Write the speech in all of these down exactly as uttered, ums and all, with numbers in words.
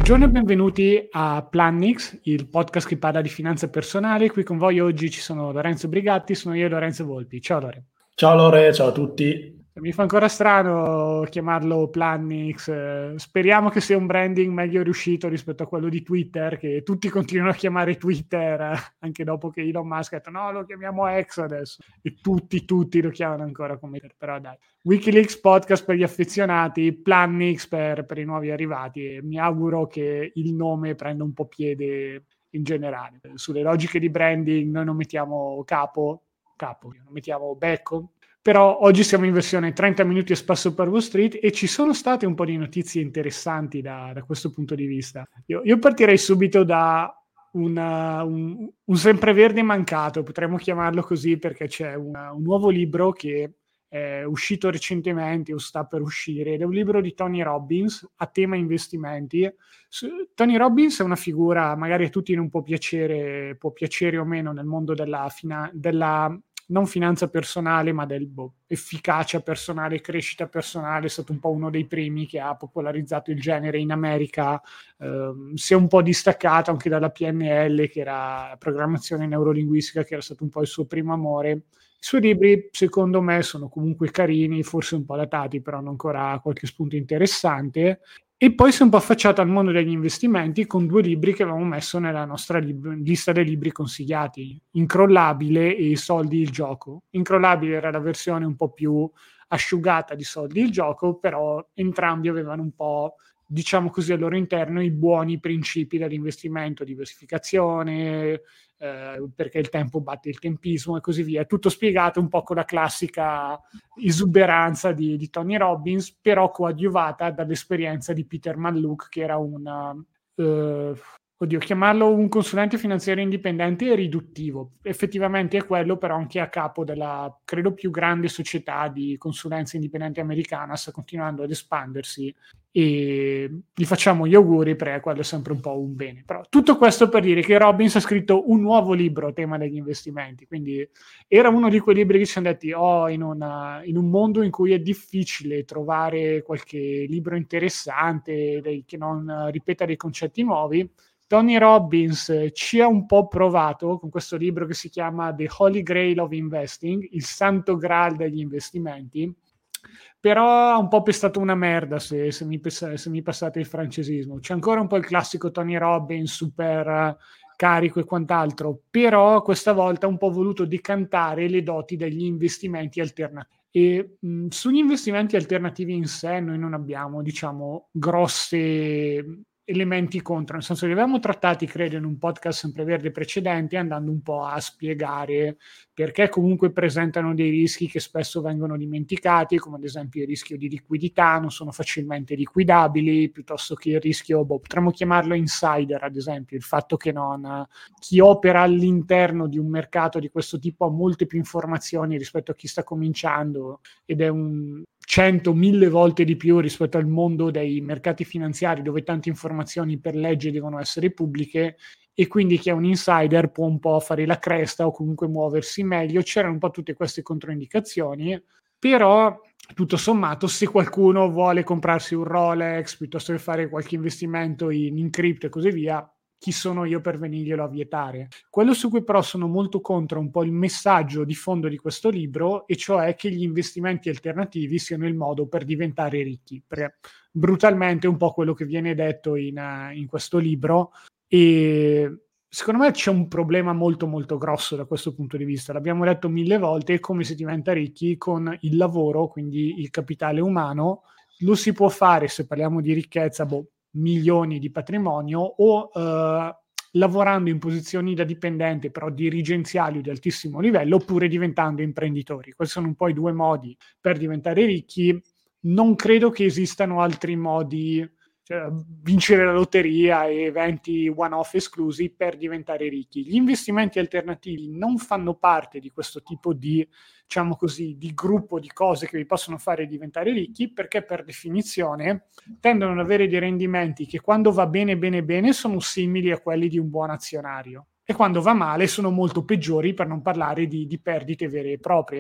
Buongiorno e benvenuti a Plannix, il podcast che parla di finanza personale. Qui con voi oggi ci sono Lorenzo Brigatti, sono io e Lorenzo Volpi. Ciao Lore. Ciao Lore, ciao a tutti. Mi fa ancora strano chiamarlo Plannix, speriamo che sia un branding meglio riuscito rispetto a quello di Twitter, che tutti continuano a chiamare Twitter, anche dopo che Elon Musk ha detto no, lo chiamiamo X adesso, e tutti, tutti lo chiamano ancora come Twitter, però dai. Wikileaks podcast per gli affezionati, Plannix per, per i nuovi arrivati, e mi auguro che il nome prenda un po' piede in generale. Sulle logiche di branding noi non mettiamo capo, capo, non mettiamo becco, però oggi siamo in versione trenta minuti a spasso per Wall Street e ci sono state un po' di notizie interessanti da, da questo punto di vista. Io, io partirei subito da una, un, un sempreverde mancato, potremmo chiamarlo così, perché c'è una, un nuovo libro che è uscito recentemente o sta per uscire, ed è un libro di Tony Robbins a tema investimenti. Tony Robbins è una figura, magari a tutti non può piacere, può piacere o meno nel mondo della, fina, della non finanza personale, ma del boh, efficacia personale, crescita personale. È stato un po' uno dei primi che ha popolarizzato il genere in America, ehm, si è un po' distaccato anche dalla P N L, che era programmazione neurolinguistica, che era stato un po' il suo primo amore. I suoi libri, secondo me, sono comunque carini, forse un po' datati, però hanno ancora qualche spunto interessante. E poi si è un po' affacciato al mondo degli investimenti con due libri che avevamo messo nella nostra lib- lista dei libri consigliati: Incrollabile e Soldi il gioco. Incrollabile era la versione un po' più asciugata di Soldi il gioco, però entrambi avevano un po', diciamo così, al loro interno i buoni principi dell'investimento, diversificazione, eh, perché il tempo batte il tempismo e così via. Tutto spiegato un po' con la classica esuberanza di, di Tony Robbins, però coadiuvata dall'esperienza di Peter Mallouk, che era un uh, oddio, chiamarlo un consulente finanziario indipendente è riduttivo, effettivamente è quello, però anche a capo della, credo, più grande società di consulenza indipendente americana, sta continuando ad espandersi e gli facciamo gli auguri, perché quello è sempre un po' un bene. Però tutto questo per dire che Robbins ha scritto un nuovo libro a tema degli investimenti, quindi era uno di quei libri che ci siamo detti oh, in, una, in un mondo in cui è difficile trovare qualche libro interessante dei, che non ripeta dei concetti nuovi, Tony Robbins ci ha un po' provato con questo libro che si chiama The Holy Grail of Investing, il santo graal degli investimenti, però ha un po' pestato una merda, se, se, mi, se mi passate il francesismo. C'è ancora un po' il classico Tony Robbins super carico e quant'altro, però questa volta ha un po' voluto decantare le doti degli investimenti alternativi. E mh, sugli investimenti alternativi in sé noi non abbiamo, diciamo, grosse elementi contro, nel senso che li avevamo trattati, credo, in un podcast sempreverde precedente, andando un po' a spiegare perché comunque presentano dei rischi che spesso vengono dimenticati, come ad esempio il rischio di liquidità, non sono facilmente liquidabili, piuttosto che il rischio, boh, potremmo chiamarlo insider, ad esempio, il fatto che non chi opera all'interno di un mercato di questo tipo ha molte più informazioni rispetto a chi sta cominciando, ed è un cento, mille volte di più rispetto al mondo dei mercati finanziari, dove tante informazioni per legge devono essere pubbliche, e quindi chi è un insider può un po' fare la cresta o comunque muoversi meglio. C'erano un po' tutte queste controindicazioni, però tutto sommato, se qualcuno vuole comprarsi un Rolex piuttosto che fare qualche investimento in, in cripto e così via, chi sono io per venirglielo a vietare? Quello su cui però sono molto contro un po' il messaggio di fondo di questo libro, e cioè che gli investimenti alternativi siano il modo per diventare ricchi, perché brutalmente è un po' quello che viene detto in, uh, in questo libro, e secondo me c'è un problema molto molto grosso da questo punto di vista. L'abbiamo detto mille volte: come si diventa ricchi con il lavoro, quindi il capitale umano. Lo si può fare, se parliamo di ricchezza, boh, milioni di patrimonio, o uh, lavorando in posizioni da dipendente però dirigenziali di altissimo livello, oppure diventando imprenditori. Questi sono un po' i due modi per diventare ricchi. Non credo che esistano altri modi, cioè vincere la lotteria e eventi one-off esclusi per diventare ricchi. Gli investimenti alternativi non fanno parte di questo tipo di, diciamo così, di gruppo di cose che vi possono fare diventare ricchi, perché per definizione tendono ad avere dei rendimenti che, quando va bene bene bene, sono simili a quelli di un buon azionario, e quando va male sono molto peggiori, per non parlare di, di perdite vere e proprie.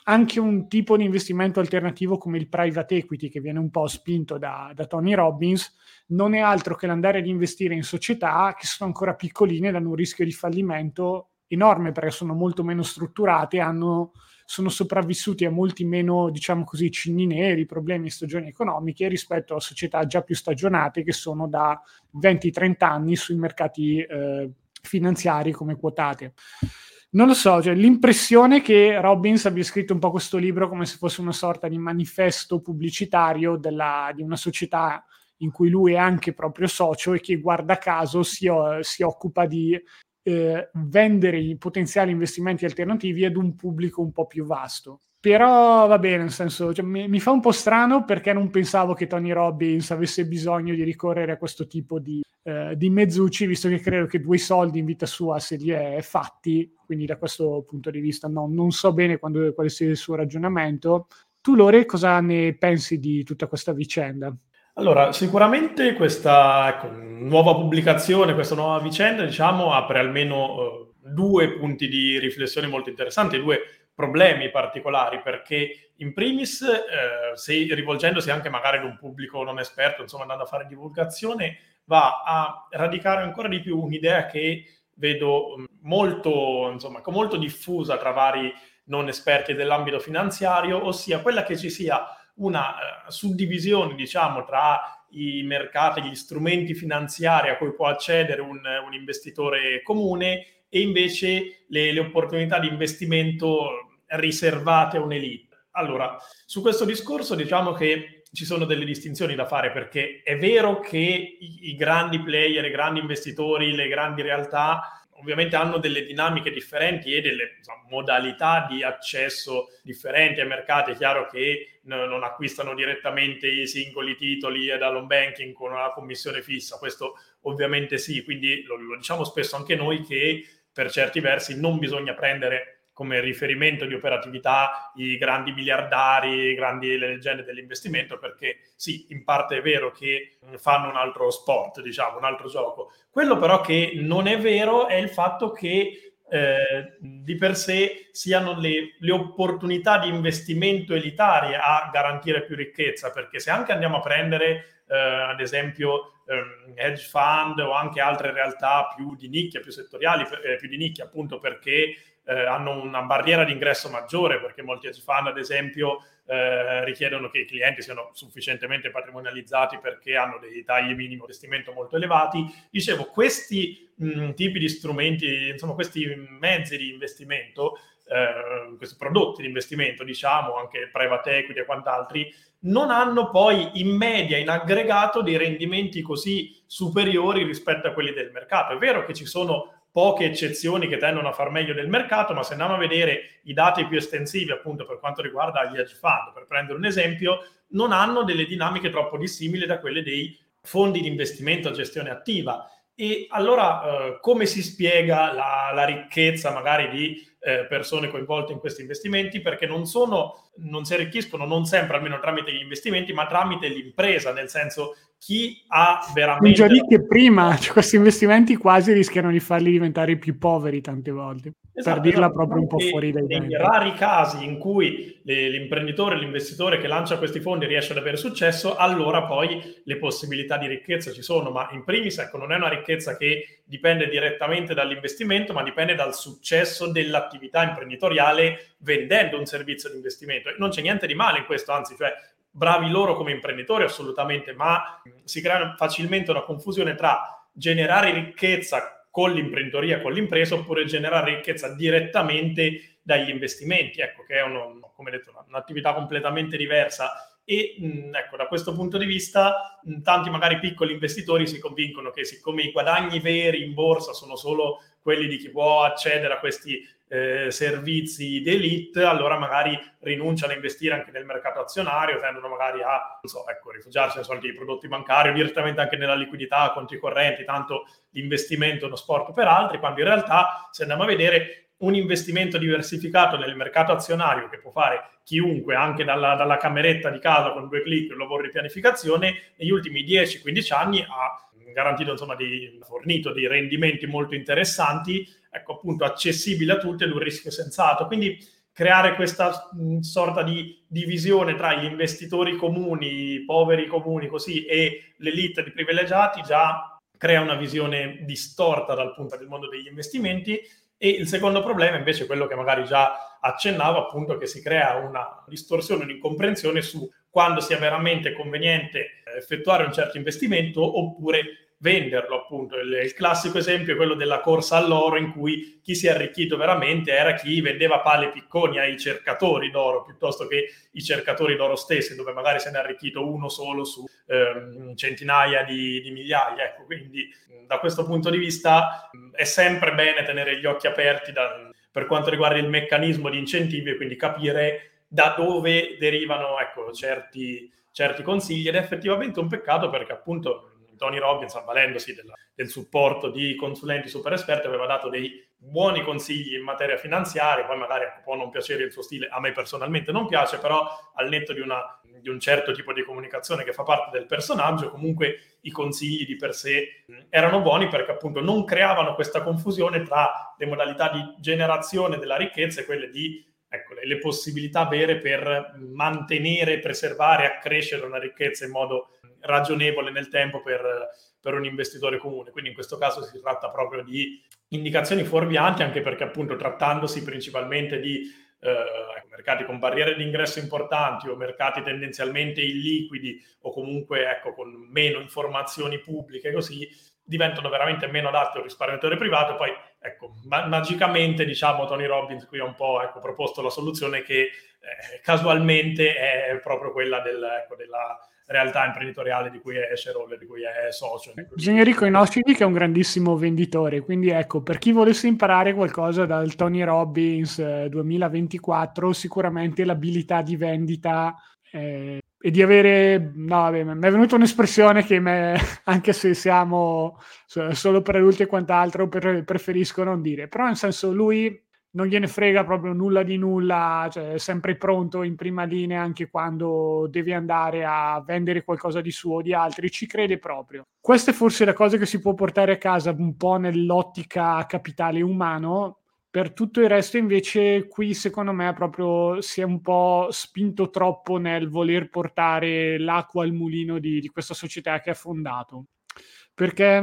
anche un tipo di investimento alternativo come il private equity, che viene un po' spinto da, da Tony Robbins, non è altro che l'andare ad investire in società che sono ancora piccoline ed hanno un rischio di fallimento enorme perché sono molto meno strutturate, hanno, sono sopravvissuti a molti meno, diciamo così, cigni neri, problemi e stagioni economiche rispetto a società già più stagionate che sono da venti trenta anni sui mercati eh, finanziari come quotate. Non lo so, cioè, l'impressione che Robbins abbia scritto un po' questo libro come se fosse una sorta di manifesto pubblicitario della, di una società in cui lui è anche proprio socio e che guarda caso si, si occupa di eh, vendere i potenziali investimenti alternativi ad un pubblico un po' più vasto. Però va bene, nel senso, cioè, mi, mi fa un po' strano perché non pensavo che Tony Robbins avesse bisogno di ricorrere a questo tipo di, eh, di mezzucci, visto che credo che due soldi in vita sua se li è fatti, quindi da questo punto di vista no, non so bene quando, quale sia il suo ragionamento. Tu, Lore, cosa ne pensi di tutta questa vicenda? Allora, sicuramente questa ecco, nuova pubblicazione, questa nuova vicenda, diciamo, apre almeno uh, due punti di riflessione molto interessanti, due problemi particolari, perché in primis, eh, se, rivolgendosi anche magari ad un pubblico non esperto, insomma, andando a fare divulgazione, va a radicare ancora di più un'idea che vedo molto, insomma, molto diffusa tra vari non esperti dell'ambito finanziario, ossia quella che ci sia una uh, suddivisione, diciamo, tra i mercati, gli strumenti finanziari a cui può accedere un, un investitore comune e invece le, le opportunità di investimento riservate a un'elite. Allora, su questo discorso diciamo che ci sono delle distinzioni da fare, perché è vero che i, i grandi player, i grandi investitori, le grandi realtà ovviamente hanno delle dinamiche differenti e delle insomma, modalità di accesso differenti ai mercati. È chiaro che n- non acquistano direttamente i singoli titoli dall'home banking con una commissione fissa, questo ovviamente sì, quindi lo, lo diciamo spesso anche noi che per certi versi non bisogna prendere come riferimento di operatività i grandi miliardari, i grandi le leggende dell'investimento, perché sì, in parte è vero che fanno un altro sport, diciamo, un altro gioco. Quello però che non è vero è il fatto che eh, di per sé siano le, le opportunità di investimento elitarie a garantire più ricchezza, perché se anche andiamo a prendere eh, ad esempio eh, hedge fund o anche altre realtà più di nicchia, più settoriali, eh, più di nicchia appunto perché Eh, hanno una barriera di ingresso maggiore, perché molti hedge fund ad esempio eh, richiedono che i clienti siano sufficientemente patrimonializzati perché hanno dei tagli minimi di investimento molto elevati. Dicevo, questi mh, tipi di strumenti, insomma questi mezzi di investimento, eh, questi prodotti di investimento, diciamo anche private equity e quant'altri, non hanno poi in media, in aggregato, dei rendimenti così superiori rispetto a quelli del mercato. È vero che ci sono poche eccezioni che tendono a far meglio del mercato, ma se andiamo a vedere i dati più estensivi appunto per quanto riguarda gli hedge fund, per prendere un esempio, non hanno delle dinamiche troppo dissimili da quelle dei fondi di investimento a gestione attiva. E allora eh, come si spiega la, la ricchezza magari di eh, persone coinvolte in questi investimenti? Perché non sono, non si arricchiscono non sempre, almeno tramite gli investimenti, ma tramite l'impresa, nel senso chi ha veramente... Un già che prima, cioè, questi investimenti quasi rischiano di farli diventare più poveri tante volte, esatto, per dirla esatto. proprio un po' fuori dai denti. Nei rari casi in cui le, l'imprenditore, l'investitore che lancia questi fondi riesce ad avere successo, allora poi le possibilità di ricchezza ci sono, ma in primis ecco, non è una ricchezza che dipende direttamente dall'investimento, ma dipende dal successo dell'attività imprenditoriale vendendo un servizio di investimento. E non c'è niente di male in questo, anzi, cioè bravi loro come imprenditori assolutamente, ma si crea facilmente una confusione tra generare ricchezza con l'imprenditoria, con l'impresa, oppure generare ricchezza direttamente dagli investimenti, ecco, che è uno, come detto, un'attività completamente diversa. E mh, ecco, da questo punto di vista mh, tanti magari piccoli investitori si convincono che siccome i guadagni veri in borsa sono solo quelli di chi può accedere a questi eh, servizi d'elite, allora magari rinunciano a investire anche nel mercato azionario, tendono magari a non so, ecco, rifugiarsi nei soliti prodotti bancari o direttamente anche nella liquidità, conti correnti, tanto l'investimento è uno sport per altri, quando in realtà se andiamo a vedere un investimento diversificato nel mercato azionario che può fare chiunque, anche dalla, dalla cameretta di casa con due clic, un lavoro di pianificazione, negli ultimi dieci quindici anni ha garantito, insomma, di, fornito dei rendimenti molto interessanti, ecco appunto accessibili a tutti ad un rischio sensato. Quindi creare questa mh, sorta di divisione tra gli investitori comuni, i poveri comuni così, e l'elite di privilegiati già crea una visione distorta dal punto del mondo degli investimenti. E il secondo problema invece è quello che magari già accennavo, appunto, che si crea una distorsione, un'incomprensione su quando sia veramente conveniente effettuare un certo investimento oppure venderlo, appunto. Il, il classico esempio è quello della corsa all'oro, in cui chi si è arricchito veramente era chi vendeva pale picconi ai cercatori d'oro piuttosto che i cercatori d'oro stessi, dove magari se ne è arricchito uno solo su ehm, centinaia di, di migliaia. Ecco, quindi da questo punto di vista è sempre bene tenere gli occhi aperti da, per quanto riguarda il meccanismo di incentivi, e quindi capire da dove derivano, ecco, certi, certi consigli. Ed è effettivamente un peccato, perché appunto Tony Robbins, avvalendosi della, del supporto di consulenti super esperti, aveva dato dei buoni consigli in materia finanziaria. Poi magari può non piacere il suo stile, a me personalmente non piace, però al netto di, una, di un certo tipo di comunicazione che fa parte del personaggio, comunque i consigli di per sé erano buoni, perché appunto non creavano questa confusione tra le modalità di generazione della ricchezza e quelle di, ecco, le possibilità vere per mantenere, preservare, accrescere una ricchezza in modo ragionevole nel tempo per, per un investitore comune. Quindi in questo caso si tratta proprio di indicazioni fuorvianti, anche perché appunto trattandosi principalmente di eh, mercati con barriere di ingresso importanti o mercati tendenzialmente illiquidi o comunque, ecco, con meno informazioni pubbliche, così diventano veramente meno adatti a un risparmiatore privato. Poi, ecco, ma- magicamente, diciamo, Tony Robbins qui ha un po', ecco, proposto la soluzione che eh, casualmente è proprio quella del, ecco, della realtà imprenditoriale di cui è shareholder, di cui è socio. Bisogna riconoscergli che è un grandissimo venditore, quindi ecco, per chi volesse imparare qualcosa dal Tony Robbins eh, duemilaventiquattro, sicuramente l'abilità di vendita eh, e di avere, no vabbè, mi è venuta un'espressione che me, anche se siamo solo per adulti e quant'altro, per, preferisco non dire, però nel senso lui non gliene frega proprio nulla di nulla, cioè è sempre pronto in prima linea anche quando deve andare a vendere qualcosa di suo o di altri, ci crede proprio. Questa è forse la cosa che si può portare a casa un po' nell'ottica capitale umano. Per tutto il resto invece qui secondo me proprio si è un po' spinto troppo nel voler portare l'acqua al mulino di, di questa società che ha fondato, perché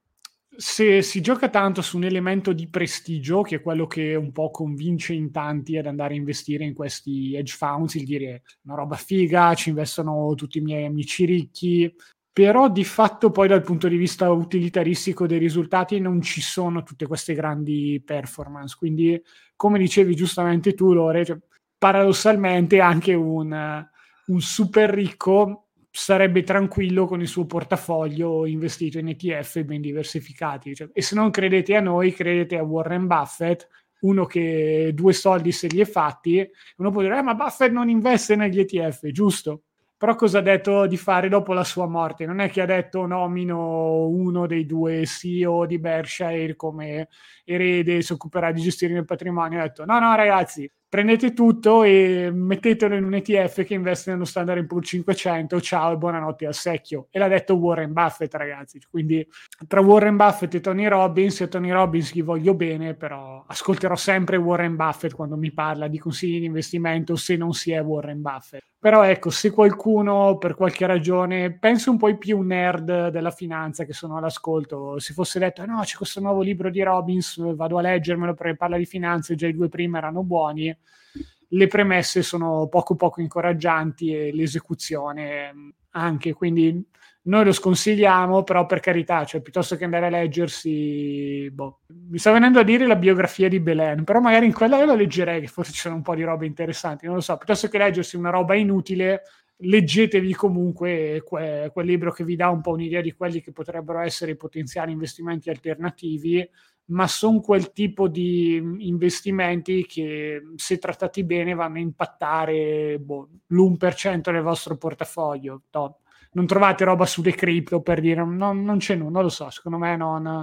se si gioca tanto su un elemento di prestigio, che è quello che un po' convince in tanti ad andare a investire in questi hedge funds, il dire una roba figa, ci investono tutti i miei amici ricchi, però di fatto poi dal punto di vista utilitaristico dei risultati non ci sono tutte queste grandi performance. Quindi, come dicevi giustamente tu, Lore, cioè, paradossalmente anche un, un super ricco sarebbe tranquillo con il suo portafoglio investito in E T F ben diversificati. Cioè, e se non credete a noi, credete a Warren Buffett, uno che due soldi se li è fatti. Uno può dire, eh, ma Buffett non investe negli E T F, giusto? Però cosa ha detto di fare dopo la sua morte? Non è che ha detto nomino uno dei due C E O di Berkshire come erede, si occuperà di gestire il patrimonio. Ha detto no, no ragazzi, prendete tutto e mettetelo in un E T F che investe nello Standard and Poor's cinquecento, ciao e buonanotte al secchio. E l'ha detto Warren Buffett, ragazzi. Quindi tra Warren Buffett e Tony Robbins, e Tony Robbins gli voglio bene, però ascolterò sempre Warren Buffett quando mi parla di consigli di investimento, se non si è Warren Buffett. Però ecco, se qualcuno per qualche ragione, penso un po' i più nerd della finanza che sono all'ascolto, si fosse detto no, c'è questo nuovo libro di Robbins, vado a leggermelo perché parla di finanza, già i due prima erano buoni, le premesse sono poco poco incoraggianti e l'esecuzione anche, quindi noi lo sconsigliamo, però per carità, cioè piuttosto che andare a leggersi, boh, mi sta venendo a dire la biografia di Belen, però magari in quella io la leggerei, che forse ci sono un po' di robe interessanti, non lo so, piuttosto che leggersi una roba inutile, leggetevi comunque que- quel libro che vi dà un po' un'idea di quelli che potrebbero essere i potenziali investimenti alternativi, ma sono quel tipo di investimenti che, se trattati bene, vanno a impattare boh, l'uno per cento del vostro portafoglio. No, non trovate roba sulle cripto per dire no, non c'è nulla, non lo so, secondo me non,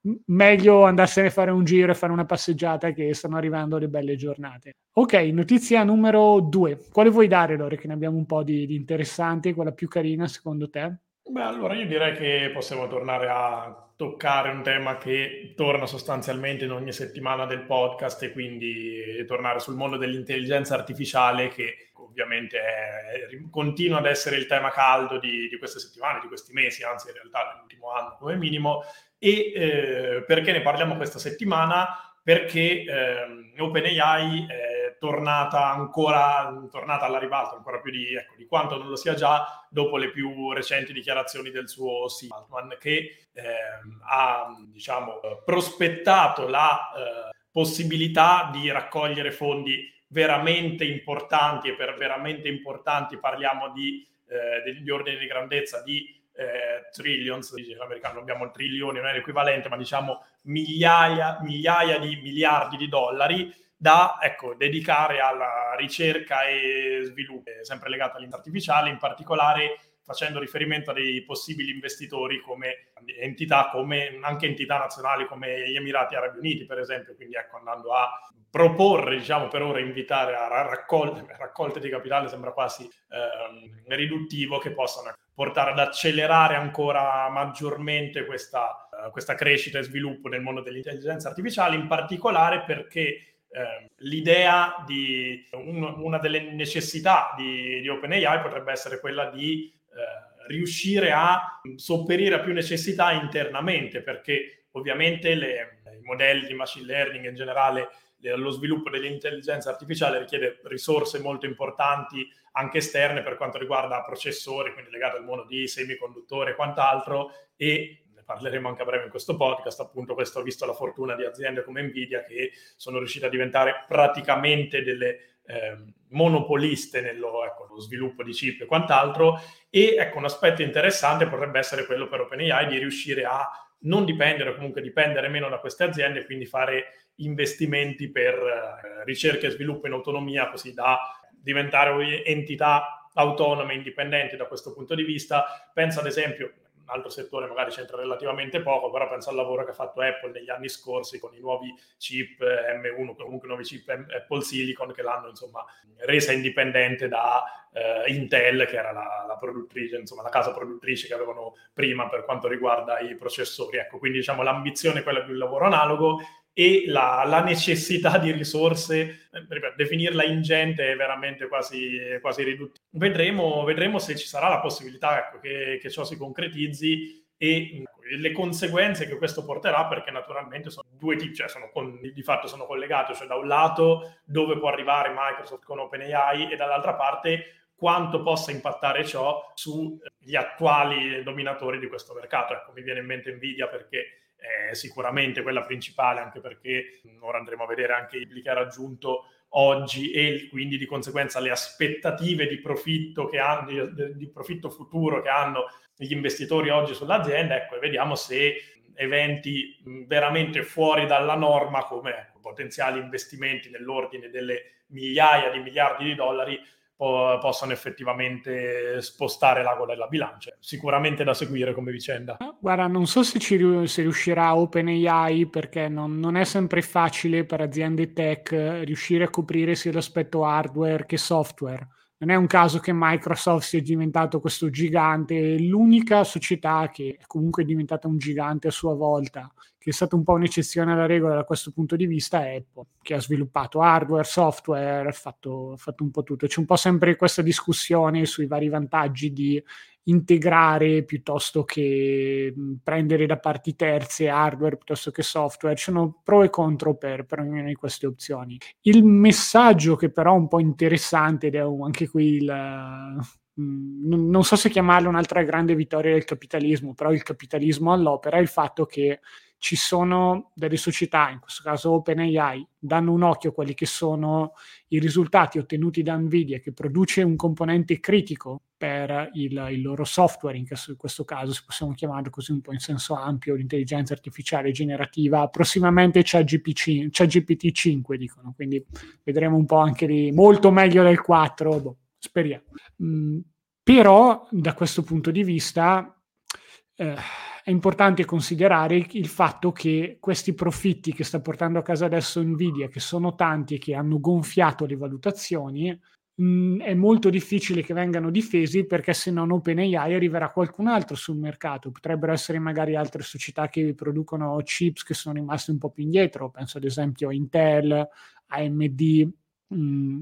meglio andarsene a fare un giro e fare una passeggiata, che stanno arrivando le belle giornate. Ok, notizia numero due, quale vuoi dare, Lore, che ne abbiamo un po' di, di interessanti, quella più carina secondo te? Beh, allora io direi che possiamo tornare a toccare un tema che torna sostanzialmente in ogni settimana del podcast, e quindi tornare sul mondo dell'intelligenza artificiale, che ovviamente è, continua ad essere il tema caldo di, di queste settimane, di questi mesi, anzi in realtà dell'ultimo anno come minimo. E eh, perché ne parliamo questa settimana? Perché eh, OpenAI è tornata ancora tornata alla ribalta, ancora più di, ecco, di quanto non lo sia già, dopo le più recenti dichiarazioni del suo C E O, Altman, che eh, ha, diciamo, prospettato la eh, possibilità di raccogliere fondi veramente importanti, e per veramente importanti parliamo di eh, degli ordini di grandezza di eh, trillions, dice l'americano, abbiamo il trilione, non è l'equivalente, ma diciamo migliaia, migliaia di miliardi di dollari da, ecco, dedicare alla ricerca e sviluppo, sempre legato all'intelligenza artificiale, in particolare facendo riferimento a dei possibili investitori come entità, come anche entità nazionali come gli Emirati Arabi Uniti, per esempio. Quindi ecco, andando a proporre, diciamo, per ora invitare a raccolte, raccolte di capitale sembra quasi ehm, riduttivo, che possano portare ad accelerare ancora maggiormente questa, uh, questa crescita e sviluppo nel mondo dell'intelligenza artificiale, in particolare perché Eh, l'idea di un, una delle necessità di, di OpenAI potrebbe essere quella di eh, riuscire a sopperire a più necessità internamente, perché ovviamente le, i modelli di machine learning in generale, lo sviluppo dell'intelligenza artificiale richiede risorse molto importanti anche esterne per quanto riguarda processori, quindi legati al mondo di semiconduttori e quant'altro, e parleremo anche a breve in questo podcast. Appunto, questo ha visto la fortuna di aziende come Nvidia, che sono riuscite a diventare praticamente delle eh, monopoliste nello ecco, sviluppo di chip e quant'altro. E ecco, un aspetto interessante potrebbe essere quello per OpenAI di riuscire a non dipendere, o comunque dipendere meno da queste aziende, e quindi fare investimenti per eh, ricerca e sviluppo in autonomia, così da diventare entità autonome, indipendenti da questo punto di vista. Penso ad esempio, un altro settore magari c'entra relativamente poco, però penso al lavoro che ha fatto Apple negli anni scorsi con i nuovi chip M uno, comunque nuovi chip Apple Silicon, che l'hanno insomma resa indipendente da eh, Intel, che era la, la produttrice, insomma la casa produttrice che avevano prima per quanto riguarda i processori. Ecco, quindi diciamo l'ambizione è quella di un lavoro analogo, e la, la necessità di risorse, eh, definirla ingente è veramente quasi, quasi riduttiva. Vedremo, vedremo se ci sarà la possibilità, ecco, che, che ciò si concretizzi, e mh, le conseguenze che questo porterà, perché naturalmente sono due tipi, cioè sono con, di fatto sono collegate, cioè da un lato dove può arrivare Microsoft con OpenAI, e dall'altra parte quanto possa impattare ciò sugli attuali dominatori di questo mercato. Ecco, mi viene in mente Nvidia, perché è sicuramente quella principale, anche perché ora andremo a vedere anche i che ha raggiunto oggi, e quindi di conseguenza le aspettative di profitto che hanno, di, di profitto futuro che hanno gli investitori oggi sull'azienda. Ecco, e vediamo se eventi veramente fuori dalla norma, come ecco, potenziali investimenti nell'ordine delle migliaia di miliardi di dollari, po- possano effettivamente spostare l'ago della bilancia. Sicuramente da seguire come vicenda. Guarda, non so se ci se riuscirà OpenAI, perché non, non è sempre facile per aziende tech riuscire a coprire sia l'aspetto hardware che software. Non è un caso che Microsoft sia diventato questo gigante. L'unica società che è comunque diventata un gigante a sua volta, che è stata un po' un'eccezione alla regola da questo punto di vista, è Apple, che ha sviluppato hardware, software, ha fatto, fatto un po' tutto. C'è un po' sempre questa discussione sui vari vantaggi di integrare piuttosto che prendere da parti terze hardware piuttosto che software. Ci sono pro e contro per, per ognuna di queste opzioni. Il messaggio che però è un po' interessante, ed è anche qui il... non so se chiamarlo un'altra grande vittoria del capitalismo, però il capitalismo all'opera è il fatto che ci sono delle società, in questo caso OpenAI, danno un occhio a quelli che sono i risultati ottenuti da Nvidia, che produce un componente critico per il, il loro software, in questo, in questo caso, se possiamo chiamarlo così un po' in senso ampio, l'intelligenza artificiale generativa. Prossimamente c'è G P T cinque, dicono, quindi vedremo un po' anche lì, molto meglio del quattro, boh, speriamo. Mm, però da questo punto di vista eh, è importante considerare il fatto che questi profitti che sta portando a casa adesso Nvidia, che sono tanti e che hanno gonfiato le valutazioni, mh, è molto difficile che vengano difesi, perché se non OpenAI arriverà qualcun altro sul mercato. Potrebbero essere magari altre società che producono chips che sono rimaste un po' più indietro, penso ad esempio a Intel, A M D. Mh,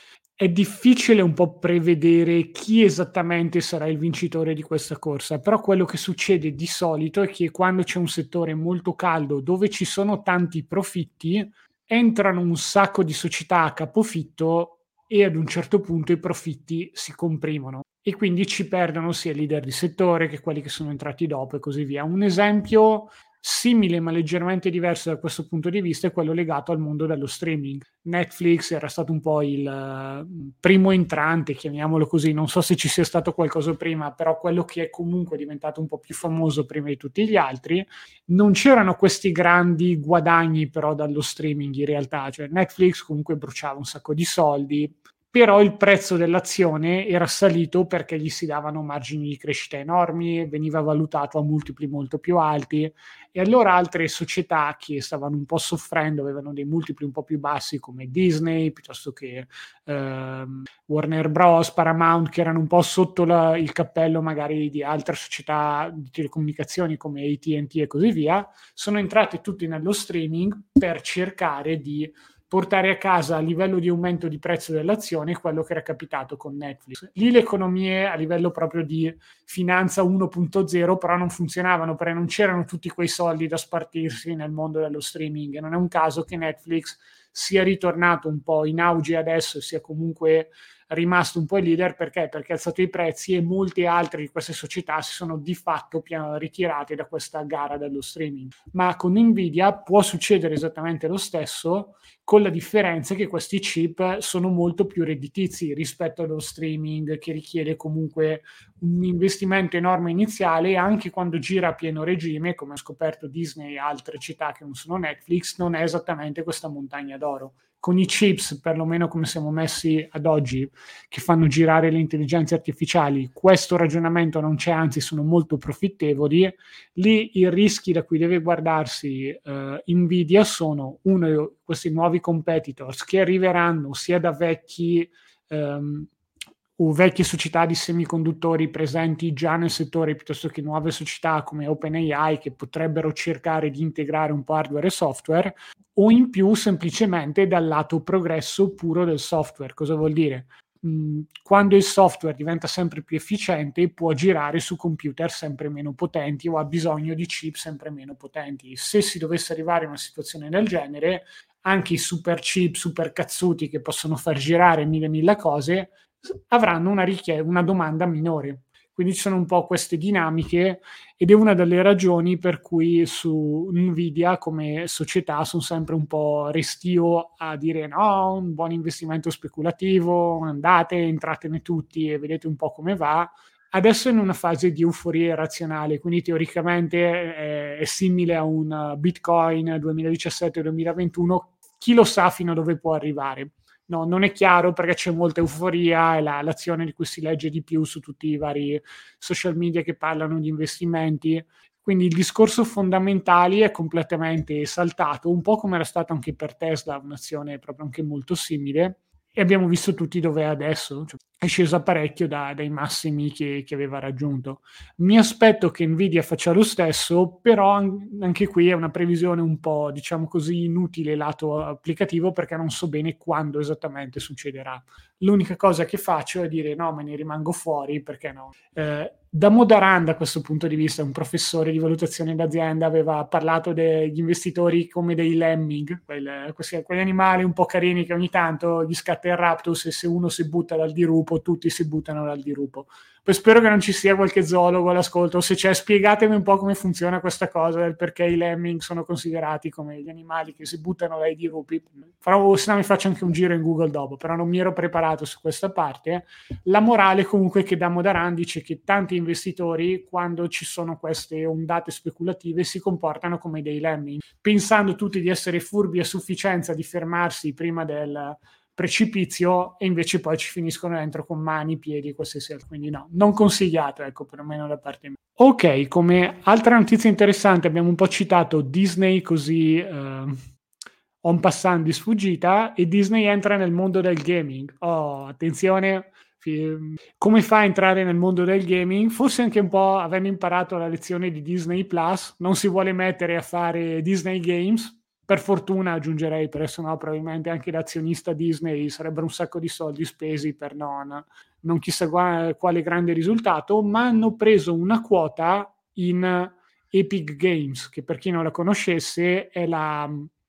è difficile un po' prevedere chi esattamente sarà il vincitore di questa corsa, però quello che succede di solito è che quando c'è un settore molto caldo dove ci sono tanti profitti, entrano un sacco di società a capofitto e ad un certo punto i profitti si comprimono e quindi ci perdono sia i leader di settore che quelli che sono entrati dopo e così via. Un esempio simile ma leggermente diverso da questo punto di vista è quello legato al mondo dello streaming. Netflix era stato un po' il uh, primo entrante, chiamiamolo così, non so se ci sia stato qualcosa prima, però quello che è comunque diventato un po' più famoso prima di tutti gli altri. Non c'erano questi grandi guadagni però dallo streaming in realtà, cioè Netflix comunque bruciava un sacco di soldi, però il prezzo dell'azione era salito perché gli si davano margini di crescita enormi, veniva valutato a multipli molto più alti, e allora altre società che stavano un po' soffrendo, avevano dei multipli un po' più bassi come Disney, piuttosto che ehm, Warner Bros, Paramount, che erano un po' sotto la, il cappello magari di altre società di telecomunicazioni come A T and T e così via, sono entrate tutti nello streaming per cercare di portare a casa a livello di aumento di prezzo dell'azione quello che era capitato con Netflix. Lì le economie a livello proprio di finanza uno punto zero però non funzionavano, perché non c'erano tutti quei soldi da spartirsi nel mondo dello streaming, e non è un caso che Netflix sia ritornato un po' in auge adesso e sia comunque rimasto un po' il leader. Perché? Perché ha alzato i prezzi e molte altre di queste società si sono di fatto ritirate da questa gara dello streaming. Ma con Nvidia può succedere esattamente lo stesso, con la differenza che questi chip sono molto più redditizi rispetto allo streaming, che richiede comunque un investimento enorme iniziale, e anche quando gira a pieno regime, come ha scoperto Disney e altre città che non sono Netflix, non è esattamente questa montagna d'oro. Con i chips, perlomeno come siamo messi ad oggi, che fanno girare le intelligenze artificiali, questo ragionamento non c'è, anzi sono molto profittevoli. Lì i rischi da cui deve guardarsi eh, Nvidia sono uno, questi nuovi competitors che arriveranno sia da vecchi ehm, o vecchie società di semiconduttori presenti già nel settore, piuttosto che nuove società come OpenAI che potrebbero cercare di integrare un po' hardware e software, o in più semplicemente dal lato progresso puro del software. Cosa vuol dire? Quando il software diventa sempre più efficiente, può girare su computer sempre meno potenti o ha bisogno di chip sempre meno potenti. Se si dovesse arrivare a una situazione del genere, anche i super chip, super cazzuti che possono far girare mille mille cose, avranno una, richie- una domanda minore. Quindi ci sono un po' queste dinamiche, ed è una delle ragioni per cui su Nvidia come società sono sempre un po' restio a dire no, un buon investimento speculativo, andate, entratene tutti e vedete un po' come va. Adesso è in una fase di euforia irrazionale, quindi teoricamente è, è simile a un Bitcoin duemiladiciassette duemilaventuno, chi lo sa fino a dove può arrivare. No, non è chiaro, perché c'è molta euforia, e la, l'azione di cui si legge di più su tutti i vari social media che parlano di investimenti. Quindi il discorso fondamentali è completamente saltato, un po' come era stato anche per Tesla, un'azione proprio anche molto simile, e abbiamo visto tutti dove è adesso, cioè, è scesa parecchio da, dai massimi che, che aveva raggiunto. Mi aspetto che Nvidia faccia lo stesso, però anche qui è una previsione un po', diciamo così, inutile lato applicativo, perché non so bene quando esattamente succederà. L'unica cosa che faccio è dire no, me ne rimango fuori, perché no. Eh, da Modaran, da questo punto di vista, un professore di valutazione d'azienda, aveva parlato degli investitori come dei lemming, quelle, questi, quegli animali un po' carini che ogni tanto gli scatta il raptus, e se uno si butta dal dirupo, tutti si buttano dal dirupo. Poi spero che non ci sia qualche zoologo all'ascolto, se c'è spiegatemi un po' come funziona questa cosa, del perché i lemming sono considerati come gli animali che si buttano dai dirupi. Farò, se no mi faccio anche un giro in Google dopo, però non mi ero preparato su questa parte. La morale comunque che da Modaran dice che tanti investitori, quando ci sono queste ondate speculative, si comportano come dei lemming, pensando tutti di essere furbi a sufficienza di fermarsi prima del precipizio, e invece poi ci finiscono dentro con mani, piedi e qualsiasi altro. Quindi no, non consigliato, ecco, perlomeno da parte mia. Ok, come altra notizia interessante abbiamo un po' citato Disney, così eh, en passant di sfuggita, e Disney entra nel mondo del gaming. Oh, attenzione, come fa a entrare nel mondo del gaming? Forse anche un po' avendo imparato la lezione di Disney Plus, non si vuole mettere a fare Disney Games, per fortuna aggiungerei, perché sennò probabilmente anche l'azionista Disney sarebbero un sacco di soldi spesi per non, non chissà quale grande risultato, ma hanno preso una quota in Epic Games, che per chi non la conoscesse è la...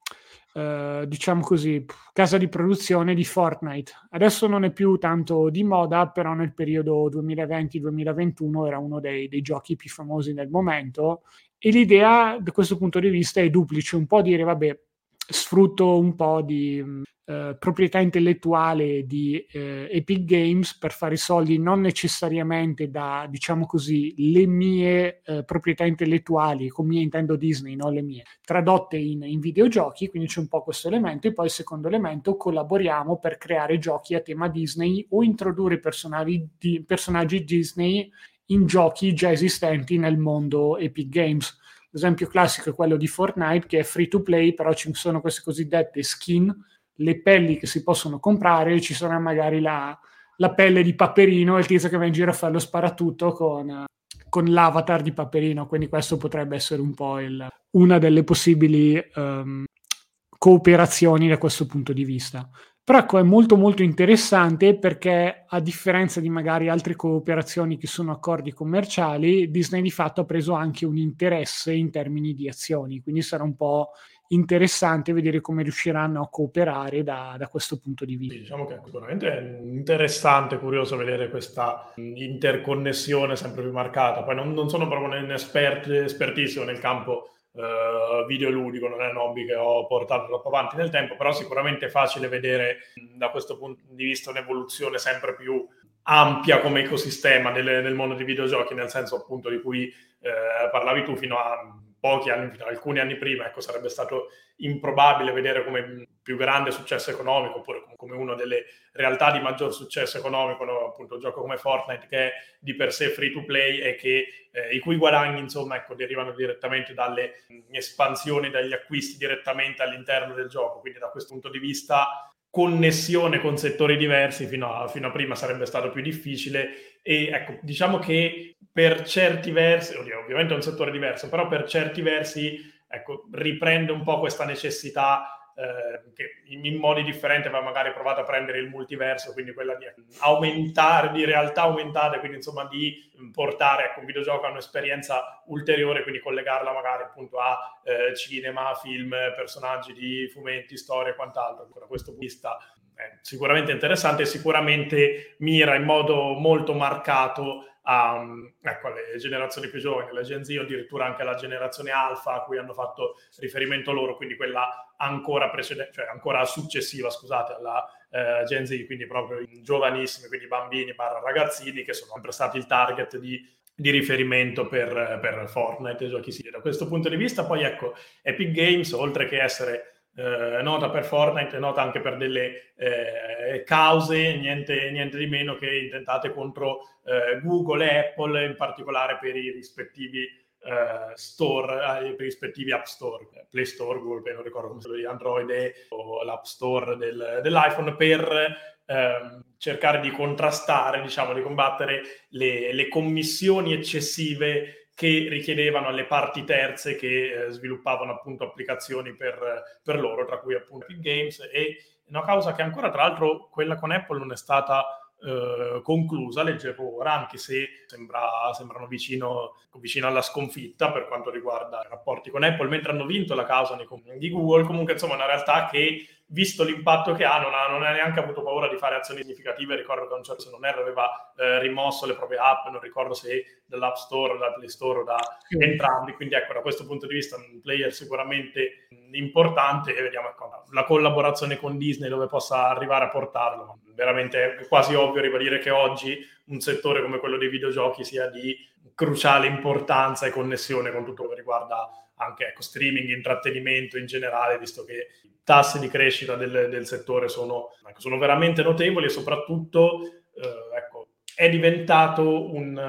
Uh, diciamo così, casa di produzione di Fortnite. Adesso non è più tanto di moda, però nel periodo duemilaventi duemilaventuno era uno dei, dei giochi più famosi del momento, e l'idea da questo punto di vista è duplice, un po' dire vabbè, sfrutto un po' di uh, proprietà intellettuale di uh, Epic Games per fare soldi, non necessariamente da, diciamo così, le mie uh, proprietà intellettuali, con mie intendo Disney, non le mie, tradotte in, in videogiochi, quindi c'è un po' questo elemento. E poi il secondo elemento, collaboriamo per creare giochi a tema Disney o introdurre personaggi, di, personaggi Disney in giochi già esistenti nel mondo Epic Games. L'esempio classico è quello di Fortnite, che è free to play, però ci sono queste cosiddette skin, le pelli che si possono comprare, ci sarà magari la, la pelle di Paperino e il tizio che va in giro a fare lo sparatutto con, con l'avatar di Paperino, quindi questo potrebbe essere un po' il, una delle possibili um, cooperazioni da questo punto di vista. Però ecco, è molto molto interessante perché, a differenza di magari altre cooperazioni che sono accordi commerciali, Disney di fatto ha preso anche un interesse in termini di azioni, quindi sarà un po' interessante vedere come riusciranno a cooperare da, da questo punto di vista. Sì, diciamo che sicuramente è interessante, curioso vedere questa interconnessione sempre più marcata. Poi non, non sono proprio un espert, espertissimo nel campo Uh, videoludico, non è un hobby che ho portato troppo avanti nel tempo, però sicuramente è facile vedere da questo punto di vista un'evoluzione sempre più ampia come ecosistema nel, nel mondo dei videogiochi, nel senso appunto di cui eh, parlavi tu. Fino a pochi anni, fino a alcuni anni prima, ecco, sarebbe stato improbabile vedere come più grande successo economico, oppure come una delle realtà di maggior successo economico, no? Appunto un gioco come Fortnite, che è di per sé free to play e che eh, i cui guadagni, insomma, ecco, derivano direttamente dalle espansioni, dagli acquisti direttamente all'interno del gioco. Quindi da questo punto di vista connessione con settori diversi fino a, fino a prima sarebbe stato più difficile. E ecco, diciamo che per certi versi, oddio, ovviamente è un settore diverso, però per certi versi, ecco, riprende un po' questa necessità eh, che in, in modi differenti aveva magari provato a prendere il multiverso, quindi quella di aumentare, di realtà aumentate, quindi insomma di portare, ecco, un videogioco a un'esperienza ulteriore, quindi collegarla magari appunto a eh, cinema, film, personaggi di fumetti, storie e quant'altro. Da questo punto di vista è sicuramente interessante e sicuramente mira in modo molto marcato a, ecco, alle generazioni più giovani, alla Gen Z, o addirittura anche alla generazione Alpha a cui hanno fatto riferimento loro, quindi quella ancora precedente, cioè ancora successiva, scusate, alla eh, Gen Z, quindi proprio i giovanissimi, quindi bambini barra ragazzini, che sono sempre stati il target di, di riferimento per, per Fortnite e giochi simili. Da questo punto di vista poi, ecco, Epic Games, oltre che essere Eh, nota per Fortnite, è nota anche per delle eh, cause, niente, niente di meno che intentate contro eh, Google e Apple, in particolare per i rispettivi eh, store, eh, per i rispettivi App Store, Play Store, Google, non ricordo come si chiama, Android e, o l'App Store del, dell'iPhone, per eh, cercare di contrastare, diciamo, di combattere le, le commissioni eccessive che richiedevano alle parti terze che eh, sviluppavano appunto applicazioni per, per loro, tra cui appunto Epic Games. E una causa che ancora, tra l'altro, quella con Apple non è stata eh, conclusa, leggevo ora, anche se sembra, sembrano vicino, vicino alla sconfitta per quanto riguarda i rapporti con Apple, mentre hanno vinto la causa nei confronti di Google. Comunque, insomma, è una realtà che, visto l'impatto che ha, non ha, non ha neanche avuto paura di fare azioni significative. Ricordo che a un certo, se non erro, aveva eh, rimosso le proprie app, non ricordo se dall'App Store, dal Play Store o da sì. entrambi. Quindi ecco, da questo punto di vista un player sicuramente importante, e vediamo, ecco, la collaborazione con Disney dove possa arrivare a portarlo. Ma veramente è quasi ovvio ribadire che oggi un settore come quello dei videogiochi sia di cruciale importanza e connessione con tutto quello che riguarda anche, ecco, streaming, intrattenimento in generale, visto che i tassi di crescita del, del settore sono, ecco, sono veramente notevoli, e soprattutto eh, ecco, è diventato un,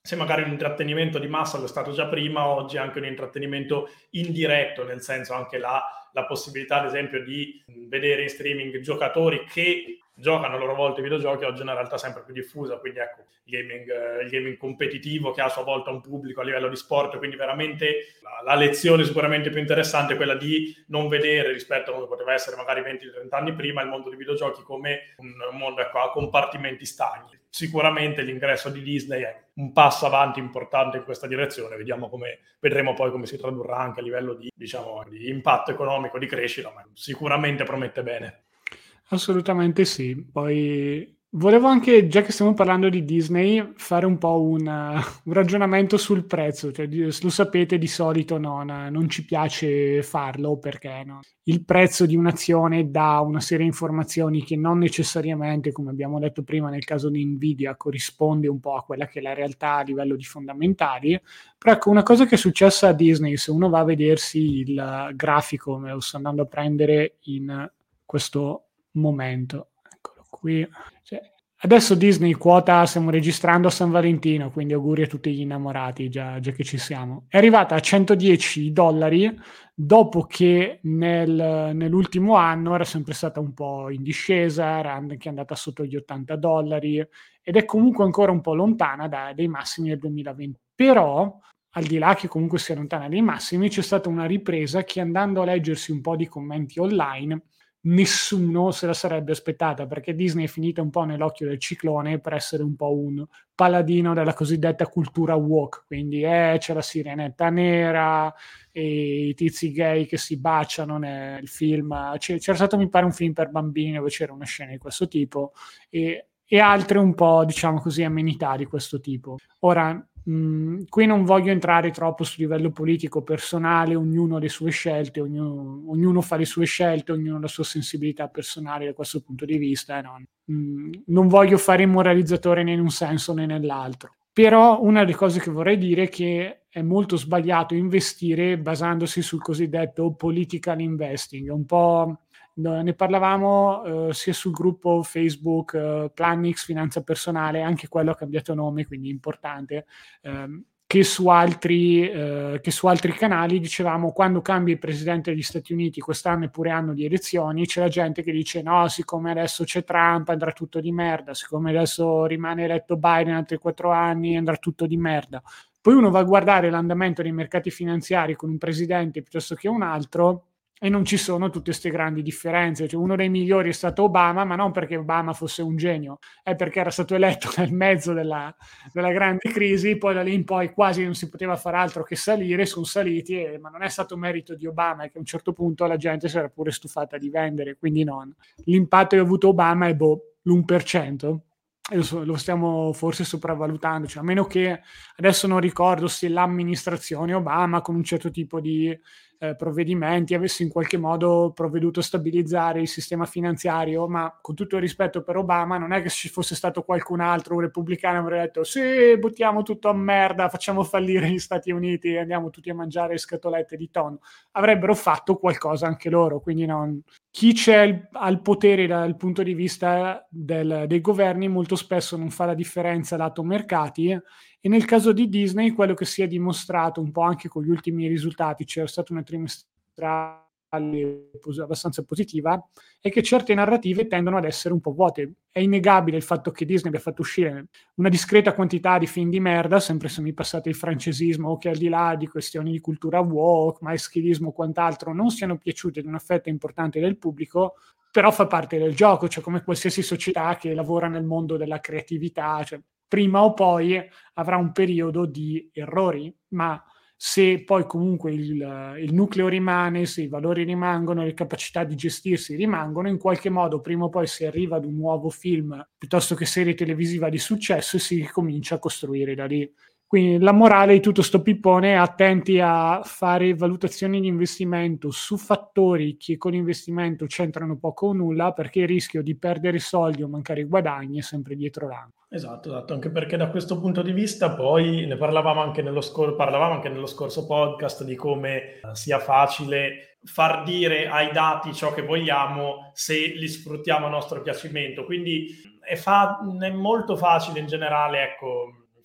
se magari un intrattenimento di massa lo è stato già prima, oggi è anche un intrattenimento indiretto, nel senso anche la, la possibilità, ad esempio, di vedere in streaming giocatori che giocano a loro volta i videogiochi, oggi è una realtà sempre più diffusa, quindi ecco, il gaming, eh, il gaming competitivo che ha a sua volta un pubblico a livello di sport, quindi veramente la, la lezione sicuramente più interessante è quella di non vedere, rispetto a come poteva essere magari venti trenta anni prima, il mondo dei videogiochi come un, un mondo, ecco, a compartimenti stagni. Sicuramente l'ingresso di Disney è un passo avanti importante in questa direzione, vediamo come, vedremo poi come si tradurrà anche a livello di, diciamo, di impatto economico, di crescita, ma sicuramente promette bene. Assolutamente sì. Poi volevo anche, già che stiamo parlando di Disney, fare un po' una, un ragionamento sul prezzo. Cioè, lo sapete, di solito non, non ci piace farlo perché no? Il prezzo di un'azione dà una serie di informazioni che non necessariamente, come abbiamo detto prima nel caso di Nvidia, corrisponde un po' a quella che è la realtà a livello di fondamentali. Però ecco, una cosa che è successa a Disney, se uno va a vedersi il grafico, me lo sto andando a prendere in questo momento, eccolo qui. Cioè, adesso Disney quota, stiamo registrando a San Valentino, quindi auguri a tutti gli innamorati, già, già che ci siamo. È arrivata a centodieci dollari dopo che nel, nell'ultimo anno era sempre stata un po' in discesa, era anche andata sotto gli ottanta dollari ed è comunque ancora un po' lontana da, dai massimi del duemilaventi. Però al di là che comunque sia lontana dai massimi, c'è stata una ripresa che, andando a leggersi un po' di commenti online, nessuno se la sarebbe aspettata, perché Disney è finita un po' nell'occhio del ciclone per essere un po' un paladino della cosiddetta cultura woke, quindi eh, c'è la sirenetta nera e i tizi gay che si baciano nel film, c'è, c'era stato mi pare un film per bambini dove c'era una scena di questo tipo e, e altre un po', diciamo così, amenità di questo tipo. Ora, Mm, qui non voglio entrare troppo sul livello politico personale, ognuno ha le sue scelte, ognuno, ognuno fa le sue scelte, ognuno ha la sua sensibilità personale da questo punto di vista. Eh, no? mm, non voglio fare il moralizzatore né in un senso né nell'altro. Però una delle cose che vorrei dire è che è molto sbagliato investire basandosi sul cosiddetto political investing, un po'. Ne parlavamo eh, sia sul gruppo Facebook eh, Planix Finanza Personale, anche quello ha cambiato nome, quindi importante, ehm, che, su altri, eh, che su altri canali dicevamo: quando cambia il presidente degli Stati Uniti, quest'anno è pure anno di elezioni, c'è la gente che dice no, siccome adesso c'è Trump andrà tutto di merda, siccome adesso rimane eletto Biden altri quattro anni andrà tutto di merda. Poi uno va a guardare l'andamento dei mercati finanziari con un presidente piuttosto che un altro e non ci sono tutte queste grandi differenze. Cioè, uno dei migliori è stato Obama, ma non perché Obama fosse un genio, è perché era stato eletto nel mezzo della, della grande crisi, poi da lì in poi quasi non si poteva fare altro che salire, sono saliti, e, ma non è stato merito di Obama, è che a un certo punto la gente si era pure stufata di vendere, quindi non. L'impatto che ha avuto Obama è boh, l'uno per cento, e lo stiamo forse sopravvalutando, cioè, a meno che adesso non ricordo se l'amministrazione Obama con un certo tipo di eh, provvedimenti avesse in qualche modo provveduto a stabilizzare il sistema finanziario, ma con tutto il rispetto per Obama, non è che ci fosse stato qualcun altro, un repubblicano, avrebbe detto sì, buttiamo tutto a merda, facciamo fallire gli Stati Uniti e andiamo tutti a mangiare scatolette di tonno. Avrebbero fatto qualcosa anche loro, quindi non. Chi c'è al potere dal punto di vista del, dei governi molto spesso non fa la differenza lato mercati, e nel caso di Disney quello che si è dimostrato un po' anche con gli ultimi risultati, c'era stata una trimestrale abbastanza positiva, è che certe narrative tendono ad essere un po' vuote. È innegabile il fatto che Disney abbia fatto uscire una discreta quantità di film di merda, sempre se mi passate il francesismo, che al di là di questioni di cultura woke, maschilismo o quant'altro non siano piaciute ad una fetta importante del pubblico, però fa parte del gioco, cioè come qualsiasi società che lavora nel mondo della creatività, cioè prima o poi avrà un periodo di errori, ma se poi comunque il, il nucleo rimane, se i valori rimangono, le capacità di gestirsi rimangono, in qualche modo prima o poi si arriva ad un nuovo film piuttosto che serie televisiva di successo e si comincia a costruire da lì. Quindi la morale di tutto sto pippone è: attenti a fare valutazioni di investimento su fattori che con l'investimento c'entrano poco o nulla, perché il rischio di perdere soldi o mancare guadagni è sempre dietro l'angolo. Esatto, esatto, anche perché da questo punto di vista poi ne parlavamo anche nello, scor- parlavamo anche nello scorso podcast di come sia facile far dire ai dati ciò che vogliamo se li sfruttiamo a nostro piacimento, quindi è, fa- è molto facile in generale, ecco,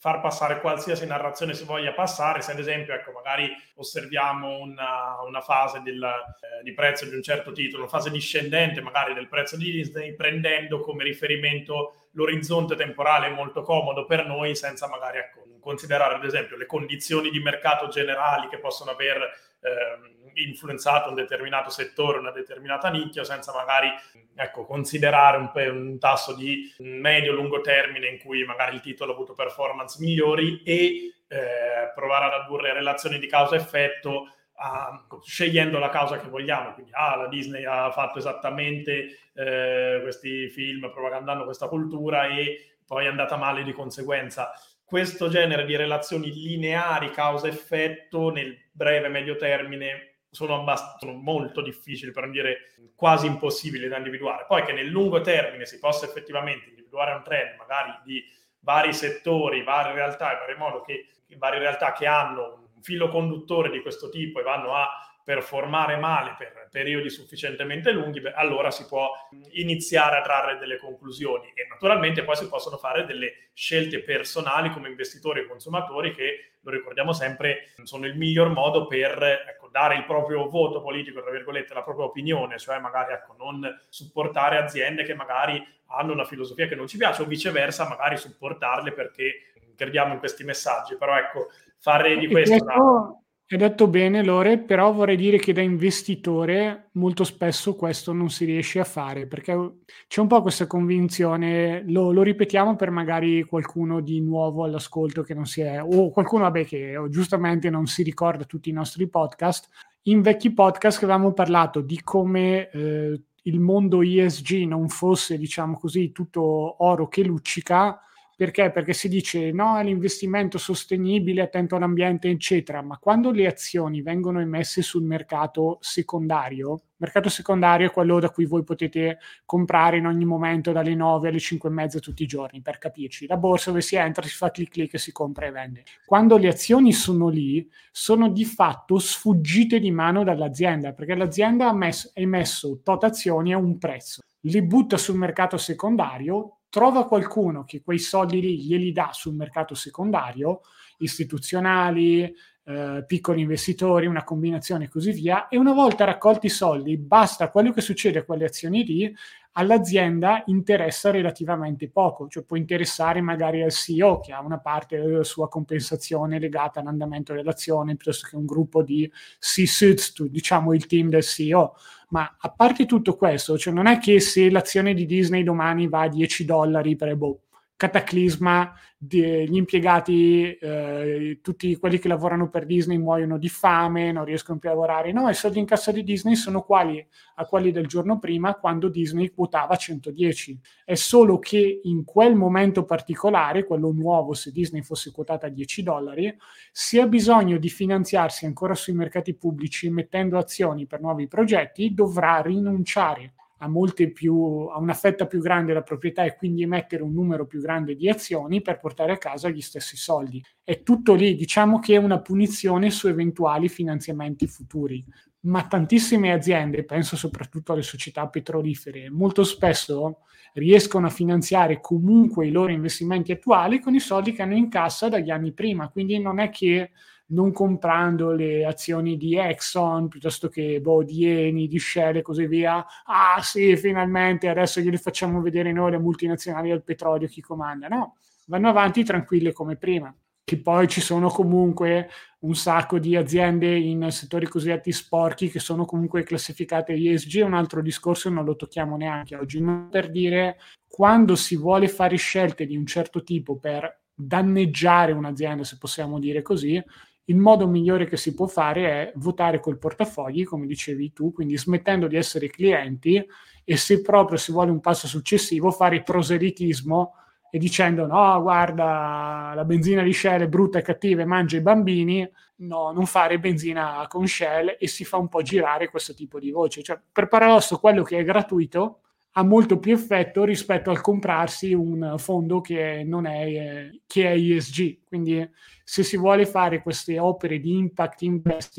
far passare qualsiasi narrazione si voglia passare. Se ad esempio, ecco, magari osserviamo una, una fase del, eh, di prezzo di un certo titolo, una fase discendente magari del prezzo di Disney, prendendo come riferimento l'orizzonte temporale molto comodo per noi, senza magari, ecco, considerare ad esempio le condizioni di mercato generali che possono aver eh, influenzato un determinato settore, una determinata nicchia, senza magari, ecco, considerare un, un tasso di medio-lungo termine in cui magari il titolo ha avuto performance migliori e eh, provare ad addurre relazioni di causa-effetto Uh, scegliendo la causa che vogliamo. Quindi ah, la Disney ha fatto esattamente eh, questi film propagandando questa cultura e poi è andata male di conseguenza. Questo genere di relazioni lineari causa-effetto nel breve medio termine sono, abbast- sono molto difficili, per non dire quasi impossibili da individuare. Poi che nel lungo termine si possa effettivamente individuare un trend magari di vari settori, varie realtà, in vari modo che in varie realtà che hanno filo conduttore di questo tipo e vanno a performare male per periodi sufficientemente lunghi, beh, allora si può iniziare a trarre delle conclusioni e naturalmente poi si possono fare delle scelte personali come investitori e consumatori che, lo ricordiamo sempre, sono il miglior modo per, ecco, dare il proprio voto politico, tra virgolette, la propria opinione, cioè magari, ecco, non supportare aziende che magari hanno una filosofia che non ci piace o viceversa magari supportarle perché crediamo in questi messaggi. Però ecco, fare di questo, questo una... Hai detto bene, Lore, però vorrei dire che da investitore molto spesso questo non si riesce a fare, perché c'è un po' questa convinzione, lo, lo ripetiamo per magari qualcuno di nuovo all'ascolto che non si è, o qualcuno vabbè che o giustamente non si ricorda tutti i nostri podcast. In vecchi podcast avevamo parlato di come eh, il mondo E S G non fosse, diciamo così, tutto oro che luccica. Perché? Perché si dice no, è l'investimento sostenibile, attento all'ambiente, eccetera, ma quando le azioni vengono emesse sul mercato secondario, il mercato secondario è quello da cui voi potete comprare in ogni momento dalle nove alle cinque e mezza tutti i giorni, per capirci. La borsa dove si entra, si fa clic clic e si compra e vende. Quando le azioni sono lì, sono di fatto sfuggite di mano dall'azienda, perché l'azienda ha messo, emesso tot azioni a un prezzo, li butta sul mercato secondario, trova qualcuno che quei soldi lì glieli dà sul mercato secondario, istituzionali, eh, piccoli investitori, una combinazione e così via, e una volta raccolti i soldi, basta quello che succede a quelle azioni lì, all'azienda interessa relativamente poco, cioè può interessare magari al C E O che ha una parte della sua compensazione legata all'andamento dell'azione piuttosto che un gruppo di C-suits, diciamo il team del C E O. Ma a parte tutto questo, cioè non è che se l'azione di Disney domani va a dieci dollari per boh, cataclisma, gli impiegati, eh, tutti quelli che lavorano per Disney muoiono di fame, non riescono più a lavorare. No, i soldi in cassa di Disney sono uguali a quelli del giorno prima quando Disney quotava centodieci. È solo che in quel momento particolare, quello nuovo, se Disney fosse quotata a dieci dollari, si ha bisogno di finanziarsi ancora sui mercati pubblici mettendo azioni per nuovi progetti, dovrà rinunciare a molte più, a una fetta più grande della proprietà e quindi emettere un numero più grande di azioni per portare a casa gli stessi soldi. È tutto lì, diciamo che è una punizione su eventuali finanziamenti futuri. Ma tantissime aziende, penso soprattutto alle società petrolifere, molto spesso riescono a finanziare comunque i loro investimenti attuali con i soldi che hanno in cassa dagli anni prima, quindi non è che non comprando le azioni di Exxon piuttosto che boh, di Eni, di Shell e così via, ah sì, finalmente adesso glieli facciamo vedere noi le multinazionali del petrolio chi comanda. No, vanno avanti tranquille come prima, che poi ci sono comunque un sacco di aziende in settori cosiddetti sporchi che sono comunque classificate E S G, è un altro discorso, non lo tocchiamo neanche oggi, ma per dire, quando si vuole fare scelte di un certo tipo per danneggiare un'azienda, se possiamo dire così, il modo migliore che si può fare è votare col portafogli, come dicevi tu, quindi smettendo di essere clienti e se proprio si vuole un passo successivo fare proselitismo e dicendo no, guarda, la benzina di Shell è brutta e cattiva e mangia i bambini, no, non fare benzina con Shell e si fa un po' girare questo tipo di voce. Cioè, per paradosso, quello che è gratuito ha molto più effetto rispetto al comprarsi un fondo che non è, eh, che è E S G. Quindi se si vuole fare queste opere di impact investing,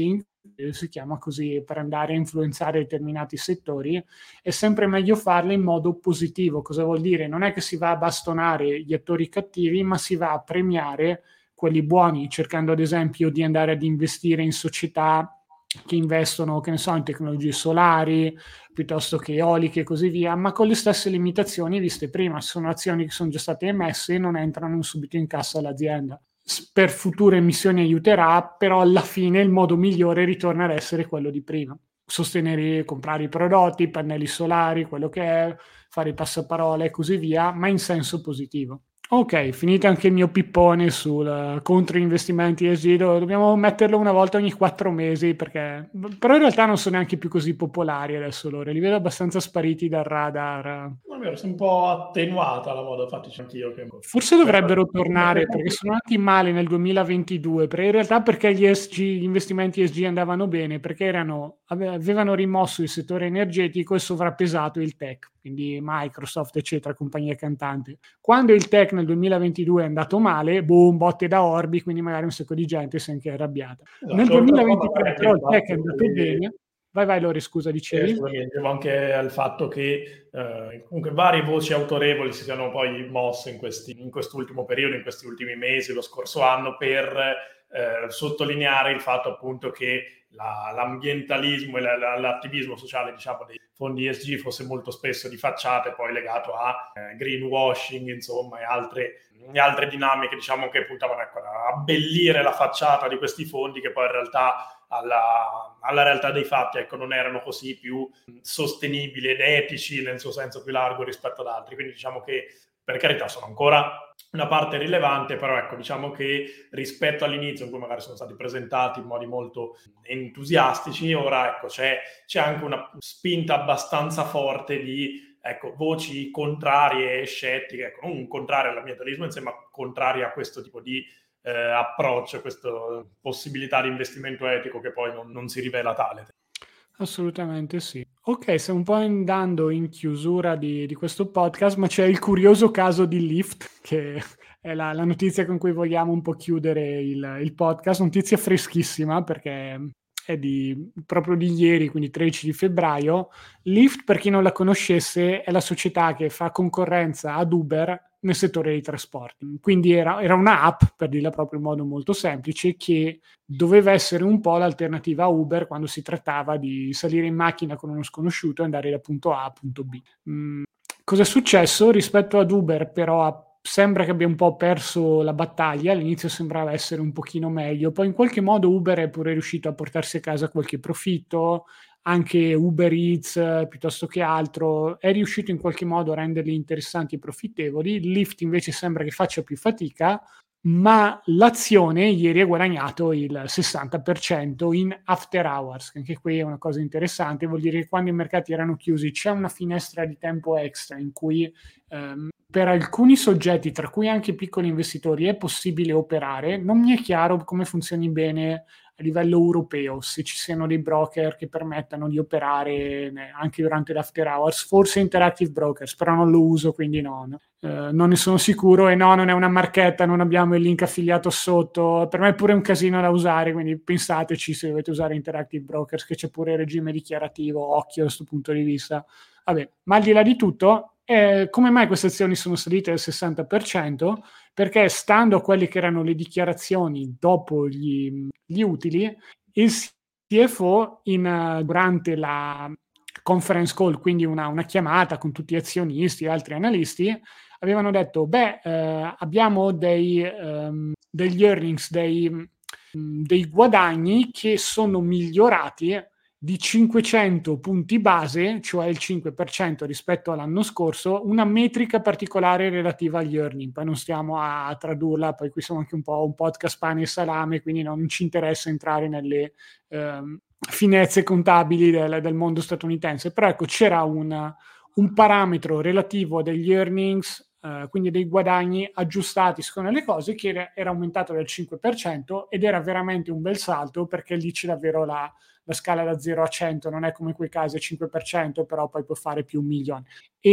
si chiama così, per andare a influenzare determinati settori, è sempre meglio farle in modo positivo. Cosa vuol dire? Non è che si va a bastonare gli attori cattivi, ma si va a premiare quelli buoni, cercando ad esempio di andare ad investire in società che investono, che ne so, in tecnologie solari, piuttosto che eoliche e così via, ma con le stesse limitazioni viste prima. Sono azioni che sono già state emesse e non entrano subito in cassa all'azienda. Per future emissioni aiuterà, però alla fine il modo migliore ritorna ad essere quello di prima. Sostenere, comprare i prodotti, i pannelli solari, quello che è, fare i passaparola e così via, ma in senso positivo. Ok, finito anche il mio pippone sul uh, contro investimenti E S G, dobbiamo metterlo una volta ogni quattro mesi, perché però in realtà non sono neanche più così popolari adesso loro, li vedo abbastanza spariti dal radar. Non è vero, è un po' attenuata la moda, infatti c'è anch'io che... Forse dovrebbero tornare, perché sono andati male nel duemilaventidue, perché in realtà perché gli E S G, gli investimenti E S G andavano bene, perché erano, avevano rimosso il settore energetico e sovrappesato il tech, quindi Microsoft, eccetera, compagnie cantanti. Quando il tech nel duemilaventidue è andato male, boom, botte da orbi, quindi magari un sacco di gente si è anche arrabbiata. Esatto, nel duemilaventitré però il tech è andato che... bene. Vai, vai, Lori, scusa, dicevi? Eh, scusami, anche al fatto che eh, comunque varie voci autorevoli si siano poi mosse in, questi, in quest'ultimo periodo, in questi ultimi mesi, lo scorso anno, per eh, sottolineare il fatto appunto che la, l'ambientalismo e la, la, l'attivismo sociale, diciamo, dei fondi E S G fosse molto spesso di facciata e poi legato a eh, greenwashing, insomma, e altre, e altre dinamiche, diciamo, che puntavano ecco, a abbellire la facciata di questi fondi che poi in realtà Alla, alla realtà dei fatti, ecco, non erano così più sostenibili ed etici nel suo senso più largo rispetto ad altri. Quindi diciamo che, per carità, sono ancora una parte rilevante, però ecco, diciamo che rispetto all'inizio, in cui magari sono stati presentati in modi molto entusiastici, ora ecco, c'è, c'è anche una spinta abbastanza forte di ecco, voci contrarie e scettiche, ecco, non contrarie all'ambientalismo insieme, ma contrarie a questo tipo di Eh, approccio, questa possibilità di investimento etico che poi non, non si rivela tale. Assolutamente sì. Ok, stiamo un po' andando in chiusura di, di questo podcast, ma c'è il curioso caso di Lyft, che è la, la notizia con cui vogliamo un po' chiudere il, il podcast, notizia freschissima perché è di, proprio di ieri, quindi tredici di febbraio. Lyft, per chi non la conoscesse, è la società che fa concorrenza ad Uber nel settore dei trasporti. Quindi era, era un'app, per dirla proprio in modo molto semplice, che doveva essere un po' l'alternativa a Uber quando si trattava di salire in macchina con uno sconosciuto e andare da punto A a punto B. Mm, cosa è successo? Rispetto ad Uber, però, sembra che abbia un po' perso la battaglia. All'inizio sembrava essere un pochino meglio, poi in qualche modo Uber è pure riuscito a portarsi a casa qualche profitto, anche Uber Eats eh, piuttosto che altro è riuscito in qualche modo a renderli interessanti e profittevoli. Lyft invece sembra che faccia più fatica, ma l'azione ieri ha guadagnato il sessanta per cento in after hours, anche qui è una cosa interessante, vuol dire che quando i mercati erano chiusi c'è una finestra di tempo extra in cui ehm, per alcuni soggetti, tra cui anche piccoli investitori, è possibile operare. Non mi è chiaro come funzioni bene a livello europeo, se ci siano dei broker che permettano di operare anche durante l'after hours, forse Interactive Brokers, però non lo uso, quindi no, no. Eh, non ne sono sicuro. E no, non è una marchetta, non abbiamo il link affiliato sotto, per me è pure un casino da usare, quindi pensateci se dovete usare Interactive Brokers, che c'è pure il regime dichiarativo, occhio da questo punto di vista. Vabbè, ma al di là di tutto, eh, come mai queste azioni sono salite del sessanta per cento? Perché stando a quelle che erano le dichiarazioni dopo gli, gli utili, il C F O in, uh, durante la conference call, quindi una, una chiamata con tutti gli azionisti e altri analisti, avevano detto, beh, eh, abbiamo dei, um, degli earnings, dei, um, dei guadagni che sono migliorati di cinquecento punti base, cioè il cinque per cento rispetto all'anno scorso, una metrica particolare relativa agli earning. Poi non stiamo a tradurla, poi qui siamo anche un po' un podcast pane e salame, quindi non ci interessa entrare nelle ehm, finezze contabili del, del mondo statunitense, però ecco c'era un, un parametro relativo degli earnings uh, quindi dei guadagni aggiustati secondo le cose, che era, era aumentato del cinque per cento ed era veramente un bel salto, perché lì c'è davvero la, la scala da zero a cento, non è come in quei casi cinque per cento, però poi puoi fare più un milione.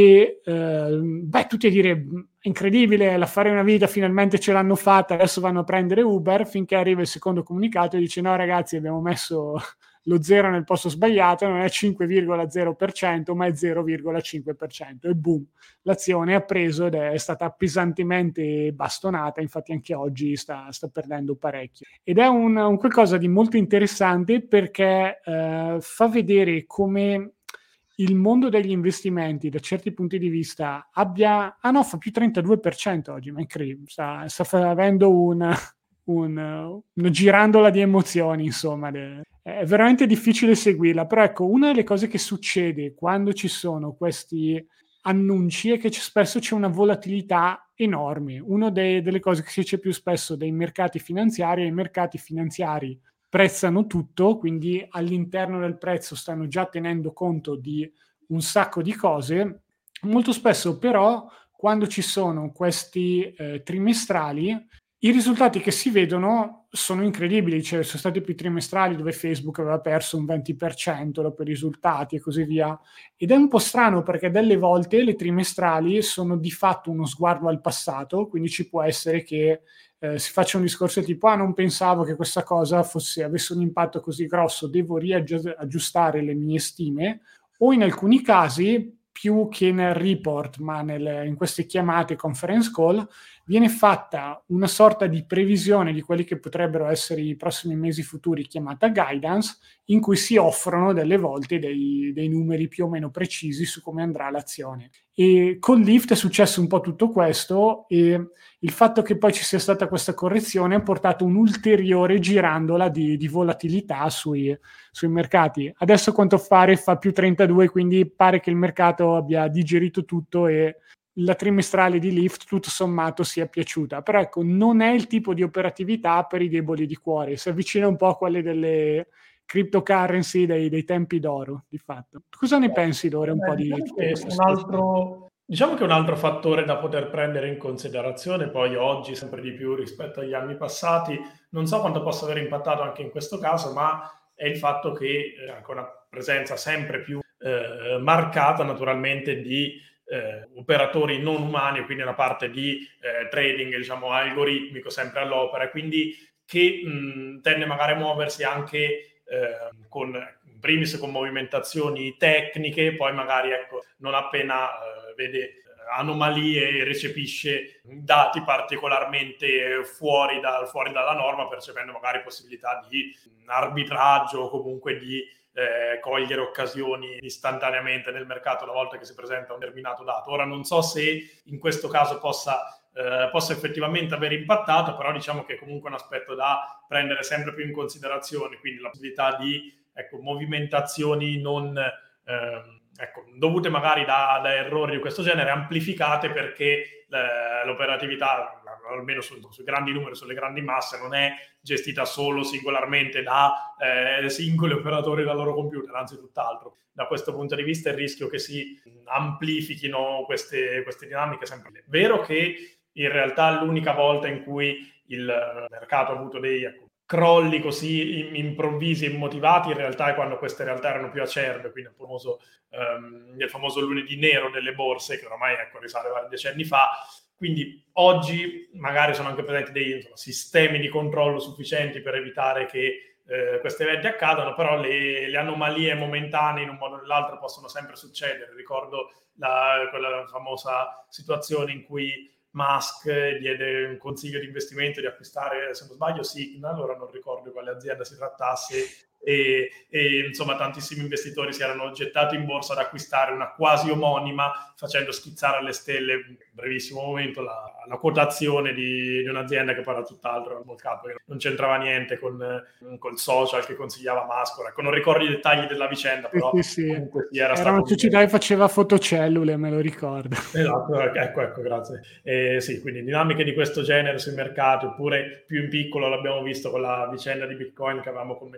E uh, beh, tutti a dire incredibile, l'affare una vita, finalmente ce l'hanno fatta, adesso vanno a prendere Uber, finché arriva il secondo comunicato e dice no ragazzi, abbiamo messo lo zero nel posto sbagliato, non è cinque virgola zero per cento ma è zero virgola cinque per cento, e boom, l'azione ha preso ed è stata pesantemente bastonata, infatti anche oggi sta, sta perdendo parecchio. Ed è un, un qualcosa di molto interessante, perché eh, fa vedere come il mondo degli investimenti da certi punti di vista abbia, ah no, fa più trentadue per cento oggi, ma incredibile, sta, sta avendo un, un, una girandola di emozioni, insomma, de, è veramente difficile seguirla, però ecco, una delle cose che succede quando ci sono questi annunci è che c'è, spesso c'è una volatilità enorme. Una delle cose che si dice più spesso dei mercati finanziari è che i mercati finanziari prezzano tutto, quindi all'interno del prezzo stanno già tenendo conto di un sacco di cose. Molto spesso però quando ci sono questi eh, trimestrali, i risultati che si vedono sono incredibili, cioè sono stati più trimestrali dove Facebook aveva perso un venti per cento dopo i risultati e così via, ed è un po' strano perché delle volte le trimestrali sono di fatto uno sguardo al passato, quindi ci può essere che eh, si faccia un discorso tipo ah non pensavo che questa cosa fosse, avesse un impatto così grosso, devo riaggiustare le mie stime, o in alcuni casi più che nel report, ma nel, in queste chiamate conference call, viene fatta una sorta di previsione di quelli che potrebbero essere i prossimi mesi futuri, chiamata guidance, in cui si offrono delle volte dei, dei numeri più o meno precisi su come andrà l'azione. E con Lyft è successo un po' tutto questo, e il fatto che poi ci sia stata questa correzione ha portato un'ulteriore girandola di, di volatilità sui, sui mercati. Adesso quanto pare fa più trentadue, quindi pare che il mercato abbia digerito tutto e la trimestrale di Lyft tutto sommato sia piaciuta, però ecco, non è il tipo di operatività per i deboli di cuore, si avvicina un po' a quelle delle cryptocurrency dei, dei tempi d'oro, di fatto. Cosa ne pensi, Lore, un Beh, po' di diciamo tutte che queste un altro, diciamo che un altro fattore da poter prendere in considerazione, poi oggi sempre di più rispetto agli anni passati, non so quanto possa aver impattato anche in questo caso, ma è il fatto che eh, anche una presenza sempre più eh, marcata naturalmente di eh, operatori non umani, quindi una parte di eh, trading, diciamo, algoritmico sempre all'opera, e quindi che mh, tende magari a muoversi anche eh, con in primis con movimentazioni tecniche, poi magari ecco, non appena eh, vede anomalie, recepisce dati particolarmente fuori, da, fuori dalla norma, percependo magari possibilità di arbitraggio o comunque di eh, cogliere occasioni istantaneamente nel mercato una volta che si presenta un determinato dato. Ora non so se in questo caso possa Eh, possa effettivamente aver impattato, però diciamo che è comunque un aspetto da prendere sempre più in considerazione, quindi la possibilità di ecco, movimentazioni non eh, ecco, dovute magari da, da errori di questo genere, amplificate perché eh, l'operatività, almeno su, sui grandi numeri, sulle grandi masse, non è gestita solo singolarmente da eh, singoli operatori dal loro computer, anzi tutt'altro. Da questo punto di vista il rischio che si amplifichino queste, queste dinamiche è sempre vero che in realtà l'unica volta in cui il mercato ha avuto dei ecco, crolli così improvvisi e immotivati in realtà è quando queste realtà erano più acerbe, quindi il famoso, um, il famoso lunedì nero delle borse, che ormai ecco, risale vari decenni fa. Quindi oggi magari sono anche presenti dei insomma, sistemi di controllo sufficienti per evitare che eh, questi eventi accadano, però le, le anomalie momentanee in un modo o nell'altro possono sempre succedere. Ricordo la, quella famosa situazione in cui Musk diede un consiglio di investimento di acquistare, se non sbaglio, Signal, ora non ricordo quale azienda si trattasse, e, e insomma tantissimi investitori si erano gettati in borsa ad acquistare una quasi omonima, facendo schizzare alle stelle in un brevissimo momento la, la quotazione di, di un'azienda che poi era tutt'altro, nel capo, non c'entrava niente con col social che consigliava Musk. Ecco, non ricordo i dettagli della vicenda, però sì, sì, sì. comunque sì, era, era una società che faceva fotocellule, me lo ricordo. Esatto, ecco, ecco, grazie. Eh, sì, quindi dinamiche di questo genere sui mercati, oppure più in piccolo l'abbiamo visto con la vicenda di Bitcoin che avevamo commentato alcuni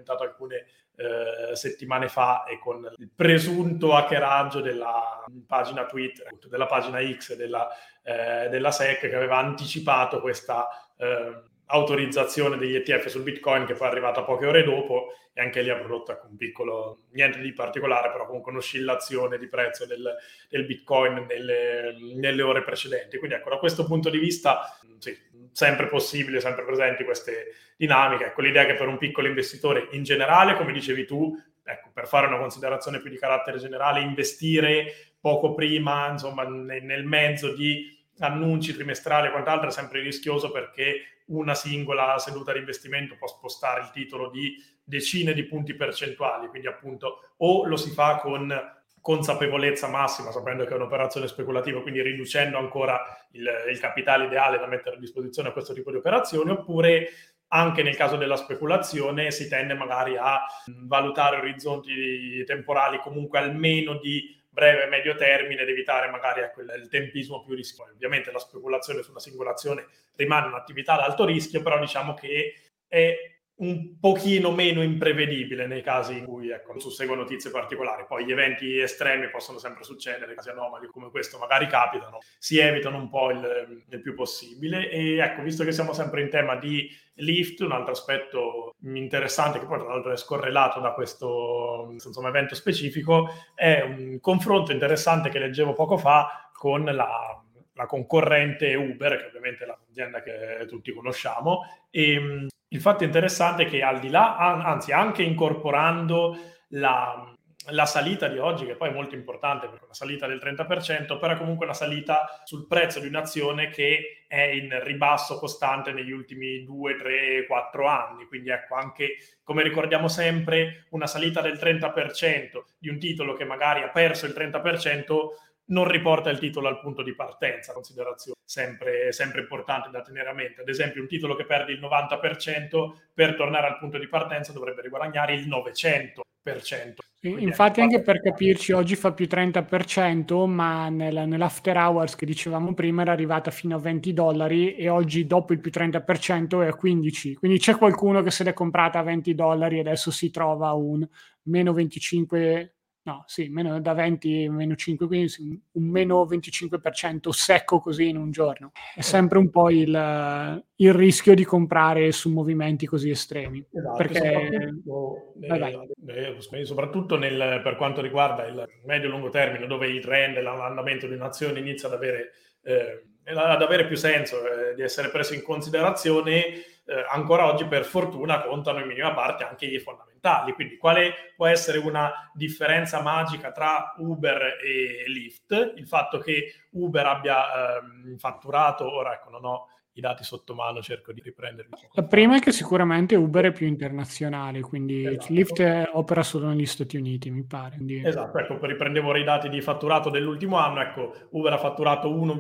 alcune eh, settimane fa, e con il presunto hackeraggio della pagina Twitter, della pagina X della, eh, della S E C, che aveva anticipato questa eh, autorizzazione degli E T F sul Bitcoin, che poi è arrivata poche ore dopo, e anche lì ha prodotto ecco, un piccolo, niente di particolare, però comunque un'oscillazione di prezzo del, del Bitcoin nelle, nelle ore precedenti. Quindi ecco, da questo punto di vista, sì, sempre possibile, sempre presenti queste dinamiche. Ecco, l'idea che per un piccolo investitore in generale, come dicevi tu, ecco, per fare una considerazione più di carattere generale, investire poco prima, insomma, nel, nel mezzo di annunci trimestrali e quant'altro è sempre rischioso, perché una singola seduta di investimento può spostare il titolo di decine di punti percentuali, quindi appunto o lo si fa con consapevolezza massima, sapendo che è un'operazione speculativa, quindi riducendo ancora il, il capitale ideale da mettere a disposizione a questo tipo di operazioni, oppure anche nel caso della speculazione si tende magari a valutare orizzonti temporali comunque almeno di breve e medio termine, ed evitare magari ecco, il, il tempismo più rischioso. Ovviamente la speculazione su una singola azione rimane un'attività ad alto rischio, però diciamo che è un pochino meno imprevedibile nei casi in cui ecco, non susseguo notizie particolari. Poi gli eventi estremi possono sempre succedere, casi anomali come questo magari capitano, si evitano un po' il, il più possibile. E ecco, visto che siamo sempre in tema di Lyft, un altro aspetto interessante, che poi tra l'altro è scorrelato da questo insomma, evento specifico, è un confronto interessante che leggevo poco fa con la la concorrente Uber, che ovviamente è l'azienda che tutti conosciamo, e il fatto interessante è che al di là, anzi anche incorporando la, la salita di oggi, che poi è molto importante perché è una salita del trenta per cento, però è comunque una salita sul prezzo di un'azione che è in ribasso costante negli ultimi due, tre, quattro anni. Quindi ecco, anche come ricordiamo sempre, una salita del trenta per cento di un titolo che magari ha perso il trenta per cento non riporta il titolo al punto di partenza, considerazione sempre, sempre importante da tenere a mente. Ad esempio, un titolo che perde il novanta per cento per tornare al punto di partenza dovrebbe riguadagnare il novecento per cento. Quindi infatti ecco, anche per capirci, oggi fa più trenta per cento, ma nel, nell'after hours che dicevamo prima era arrivata fino a venti dollari, e oggi dopo il più trenta per cento è a quindici. Quindi c'è qualcuno che se l'è comprata a venti dollari e adesso si trova un meno venticinque. No, sì, meno da venti, meno cinque, quindi un meno venticinque per cento secco così in un giorno. È sempre un po' il, il rischio di comprare su movimenti così estremi. Esatto, perché soprattutto, eh, eh, soprattutto nel, per quanto riguarda il medio-lungo termine, dove il trend e l'andamento di un'azione inizia ad avere, eh, ad avere più senso, eh, di essere preso in considerazione, eh, ancora oggi per fortuna contano in minima parte anche i fondamentali. Quindi quale può essere una differenza magica tra Uber e Lyft? Il fatto che Uber abbia ehm, fatturato, ora ecco non ho i dati sotto mano, cerco di riprenderli. La prima è che sicuramente Uber è più internazionale, sì. Esatto. Lyft opera solo negli Stati Uniti, mi pare. Quindi... Esatto, ecco, riprendevo ora i dati di fatturato dell'ultimo anno, ecco, Uber ha fatturato uno,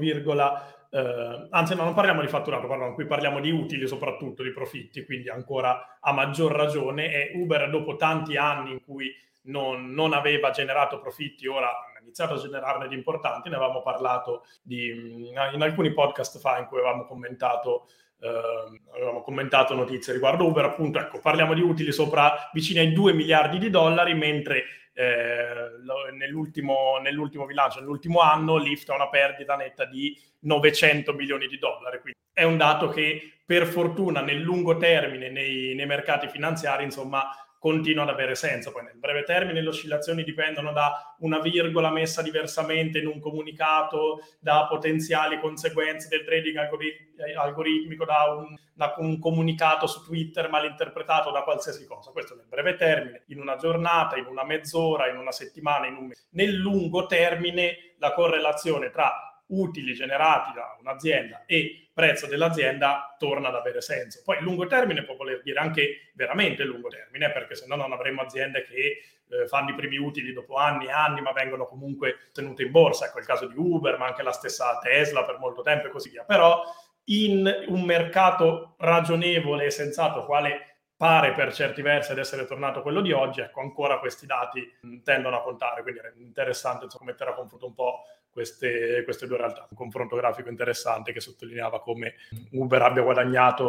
eh, anzi no, non parliamo di fatturato, parliamo, qui parliamo di utili soprattutto, di profitti, quindi ancora a maggior ragione, e Uber dopo tanti anni in cui non, non aveva generato profitti, ora ha iniziato a generarne di importanti. Ne avevamo parlato di, in alcuni podcast fa in cui avevamo commentato Uh, avevamo commentato notizie riguardo Uber, appunto, ecco, parliamo di utili sopra vicini ai due miliardi di dollari, mentre eh, nell'ultimo, nell'ultimo bilancio, nell'ultimo anno, Lyft ha una perdita netta di novecento milioni di dollari, quindi è un dato che per fortuna nel lungo termine nei, nei mercati finanziari, insomma, continua ad avere senso. Poi nel breve termine le oscillazioni dipendono da una virgola messa diversamente in un comunicato, da potenziali conseguenze del trading algorit- algoritmico, da un, da un comunicato su Twitter malinterpretato, da qualsiasi cosa. Questo nel breve termine, in una giornata, in una mezz'ora, in una settimana, in un mese. Nel lungo termine la correlazione tra utili generati da un'azienda e prezzo dell'azienda torna ad avere senso. Poi il lungo termine può voler dire anche veramente il lungo termine, perché se no non avremo aziende che eh, fanno i primi utili dopo anni e anni, ma vengono comunque tenute in borsa. Ecco il caso di Uber, ma anche la stessa Tesla per molto tempo e così via. Però in un mercato ragionevole e sensato, quale pare per certi versi ad essere tornato quello di oggi, ecco, ancora questi dati mh, tendono a contare, quindi è interessante insomma, mettere a confronto un po' queste, queste due realtà. Un confronto grafico interessante che sottolineava come Uber abbia guadagnato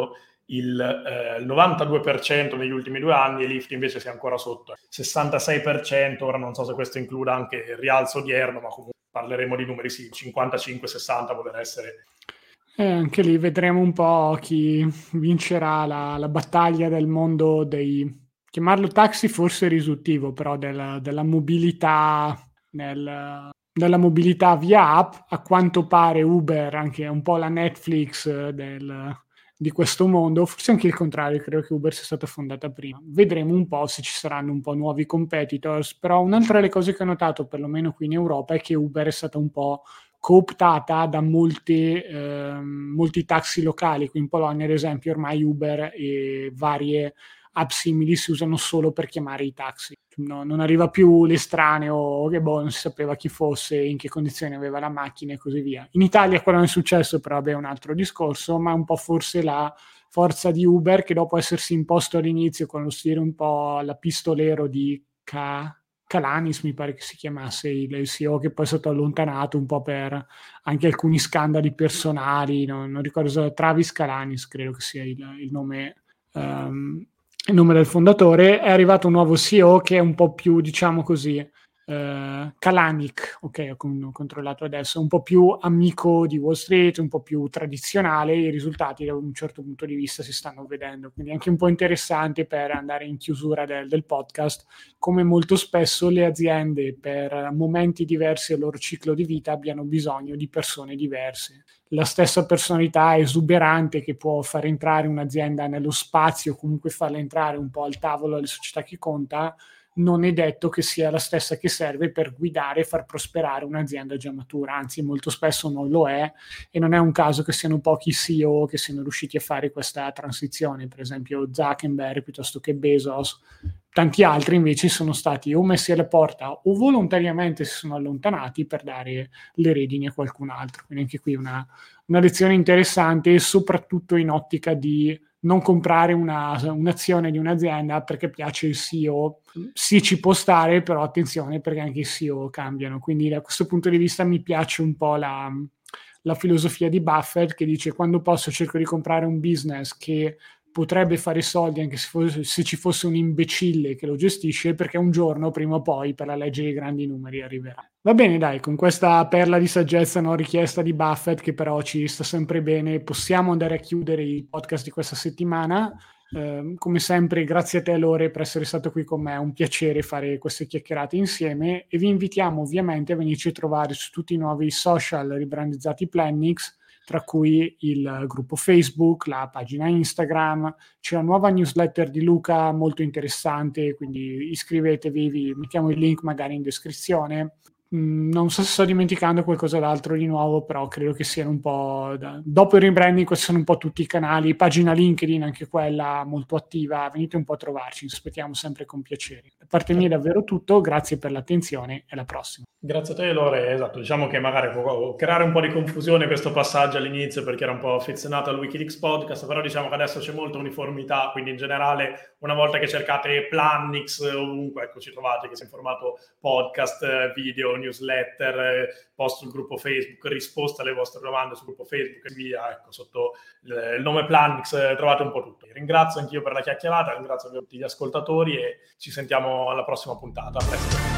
il, eh, il novantadue per cento negli ultimi due anni, e Lyft invece sia ancora sotto il sessantasei per cento. Ora non so se questo includa anche il rialzo odierno, ma comunque parleremo di numeri, sì, cinquantacinque sessanta vuole essere. Eh, anche lì vedremo un po' chi vincerà la, la battaglia del mondo dei, chiamarlo taxi forse è risultivo, però della, della mobilità nel, della mobilità via app. A quanto pare Uber anche un po' la Netflix del, di questo mondo, forse anche il contrario, credo che Uber sia stata fondata prima. Vedremo un po' se ci saranno un po' nuovi competitors, però un'altra delle cose che ho notato, perlomeno qui in Europa, è che Uber è stata un po' cooptata da molti, eh, molti taxi locali. Qui in Polonia, ad esempio, ormai Uber e varie app simili si usano solo per chiamare i taxi. No, non arriva più l'estraneo che boh, non si sapeva chi fosse, in che condizioni aveva la macchina e così via. In Italia quello non è successo, però è un altro discorso, ma un po' forse la forza di Uber, che dopo essersi imposto all'inizio con lo stile un po' la pistolero di K... Kalanis, mi pare che si chiamasse il C E O, che poi è stato allontanato un po' per anche alcuni scandali personali, no? Non ricordo, Travis Kalanis credo che sia il, il nome um, il nome del fondatore. È arrivato un nuovo C E O che è un po' più, diciamo così, Uh, Kalanick, ok, ho con- controllato adesso, un po' più amico di Wall Street, un po' più tradizionale. I risultati da un certo punto di vista si stanno vedendo, quindi anche un po' interessante per andare in chiusura del, del podcast, come molto spesso le aziende per momenti diversi del loro ciclo di vita abbiano bisogno di persone diverse. La stessa personalità esuberante che può far entrare un'azienda nello spazio, comunque farla entrare un po' al tavolo delle società che conta, non è detto che sia la stessa che serve per guidare e far prosperare un'azienda già matura, anzi molto spesso non lo è, e non è un caso che siano pochi C E O che siano riusciti a fare questa transizione. Per esempio Zuckerberg piuttosto che Bezos, tanti altri invece sono stati o messi alla porta o volontariamente si sono allontanati per dare le redini a qualcun altro. Quindi anche qui una, una lezione interessante, soprattutto in ottica di non comprare una, un'azione di un'azienda perché piace il C E O. Sì, ci può stare, però attenzione, perché anche i C E O cambiano. Quindi da questo punto di vista mi piace un po' la, la filosofia di Buffett, che dice: quando posso cerco di comprare un business che potrebbe fare soldi anche se, fosse, se ci fosse un imbecille che lo gestisce, perché un giorno, prima o poi, per la legge dei grandi numeri arriverà. Va bene, dai, con questa perla di saggezza non richiesta di Buffett, che però ci sta sempre bene, possiamo andare a chiudere il podcast di questa settimana. Eh, come sempre, grazie a te Lore per essere stato qui con me, è un piacere fare queste chiacchierate insieme, e vi invitiamo ovviamente a venirci a trovare su tutti i nuovi social ribrandizzati Plannix, tra cui il gruppo Facebook, la pagina Instagram. C'è una nuova newsletter di Luca molto interessante, quindi iscrivetevi, vi mettiamo il link magari in descrizione. Non so se sto dimenticando qualcosa d'altro di nuovo, però credo che siano un po'... Da... Dopo il rebranding questi sono un po' tutti i canali, pagina LinkedIn anche quella molto attiva, venite un po' a trovarci, ci aspettiamo sempre con piacere. Da parte mia è davvero tutto, grazie per l'attenzione e alla prossima. Grazie a te Lore, esatto, diciamo che magari può creare un po' di confusione questo passaggio all'inizio perché era un po' affezionato al Wikileaks podcast, però diciamo che adesso c'è molta uniformità, quindi in generale una volta che cercate Plannix ovunque, ecco, ci trovate, che sia in formato podcast, video, newsletter, post sul gruppo Facebook, risposta alle vostre domande sul gruppo Facebook e via, ecco, sotto il nome Plannix trovate un po' tutto. Ringrazio anch'io per la chiacchierata, ringrazio tutti gli ascoltatori e ci sentiamo alla prossima puntata. A presto.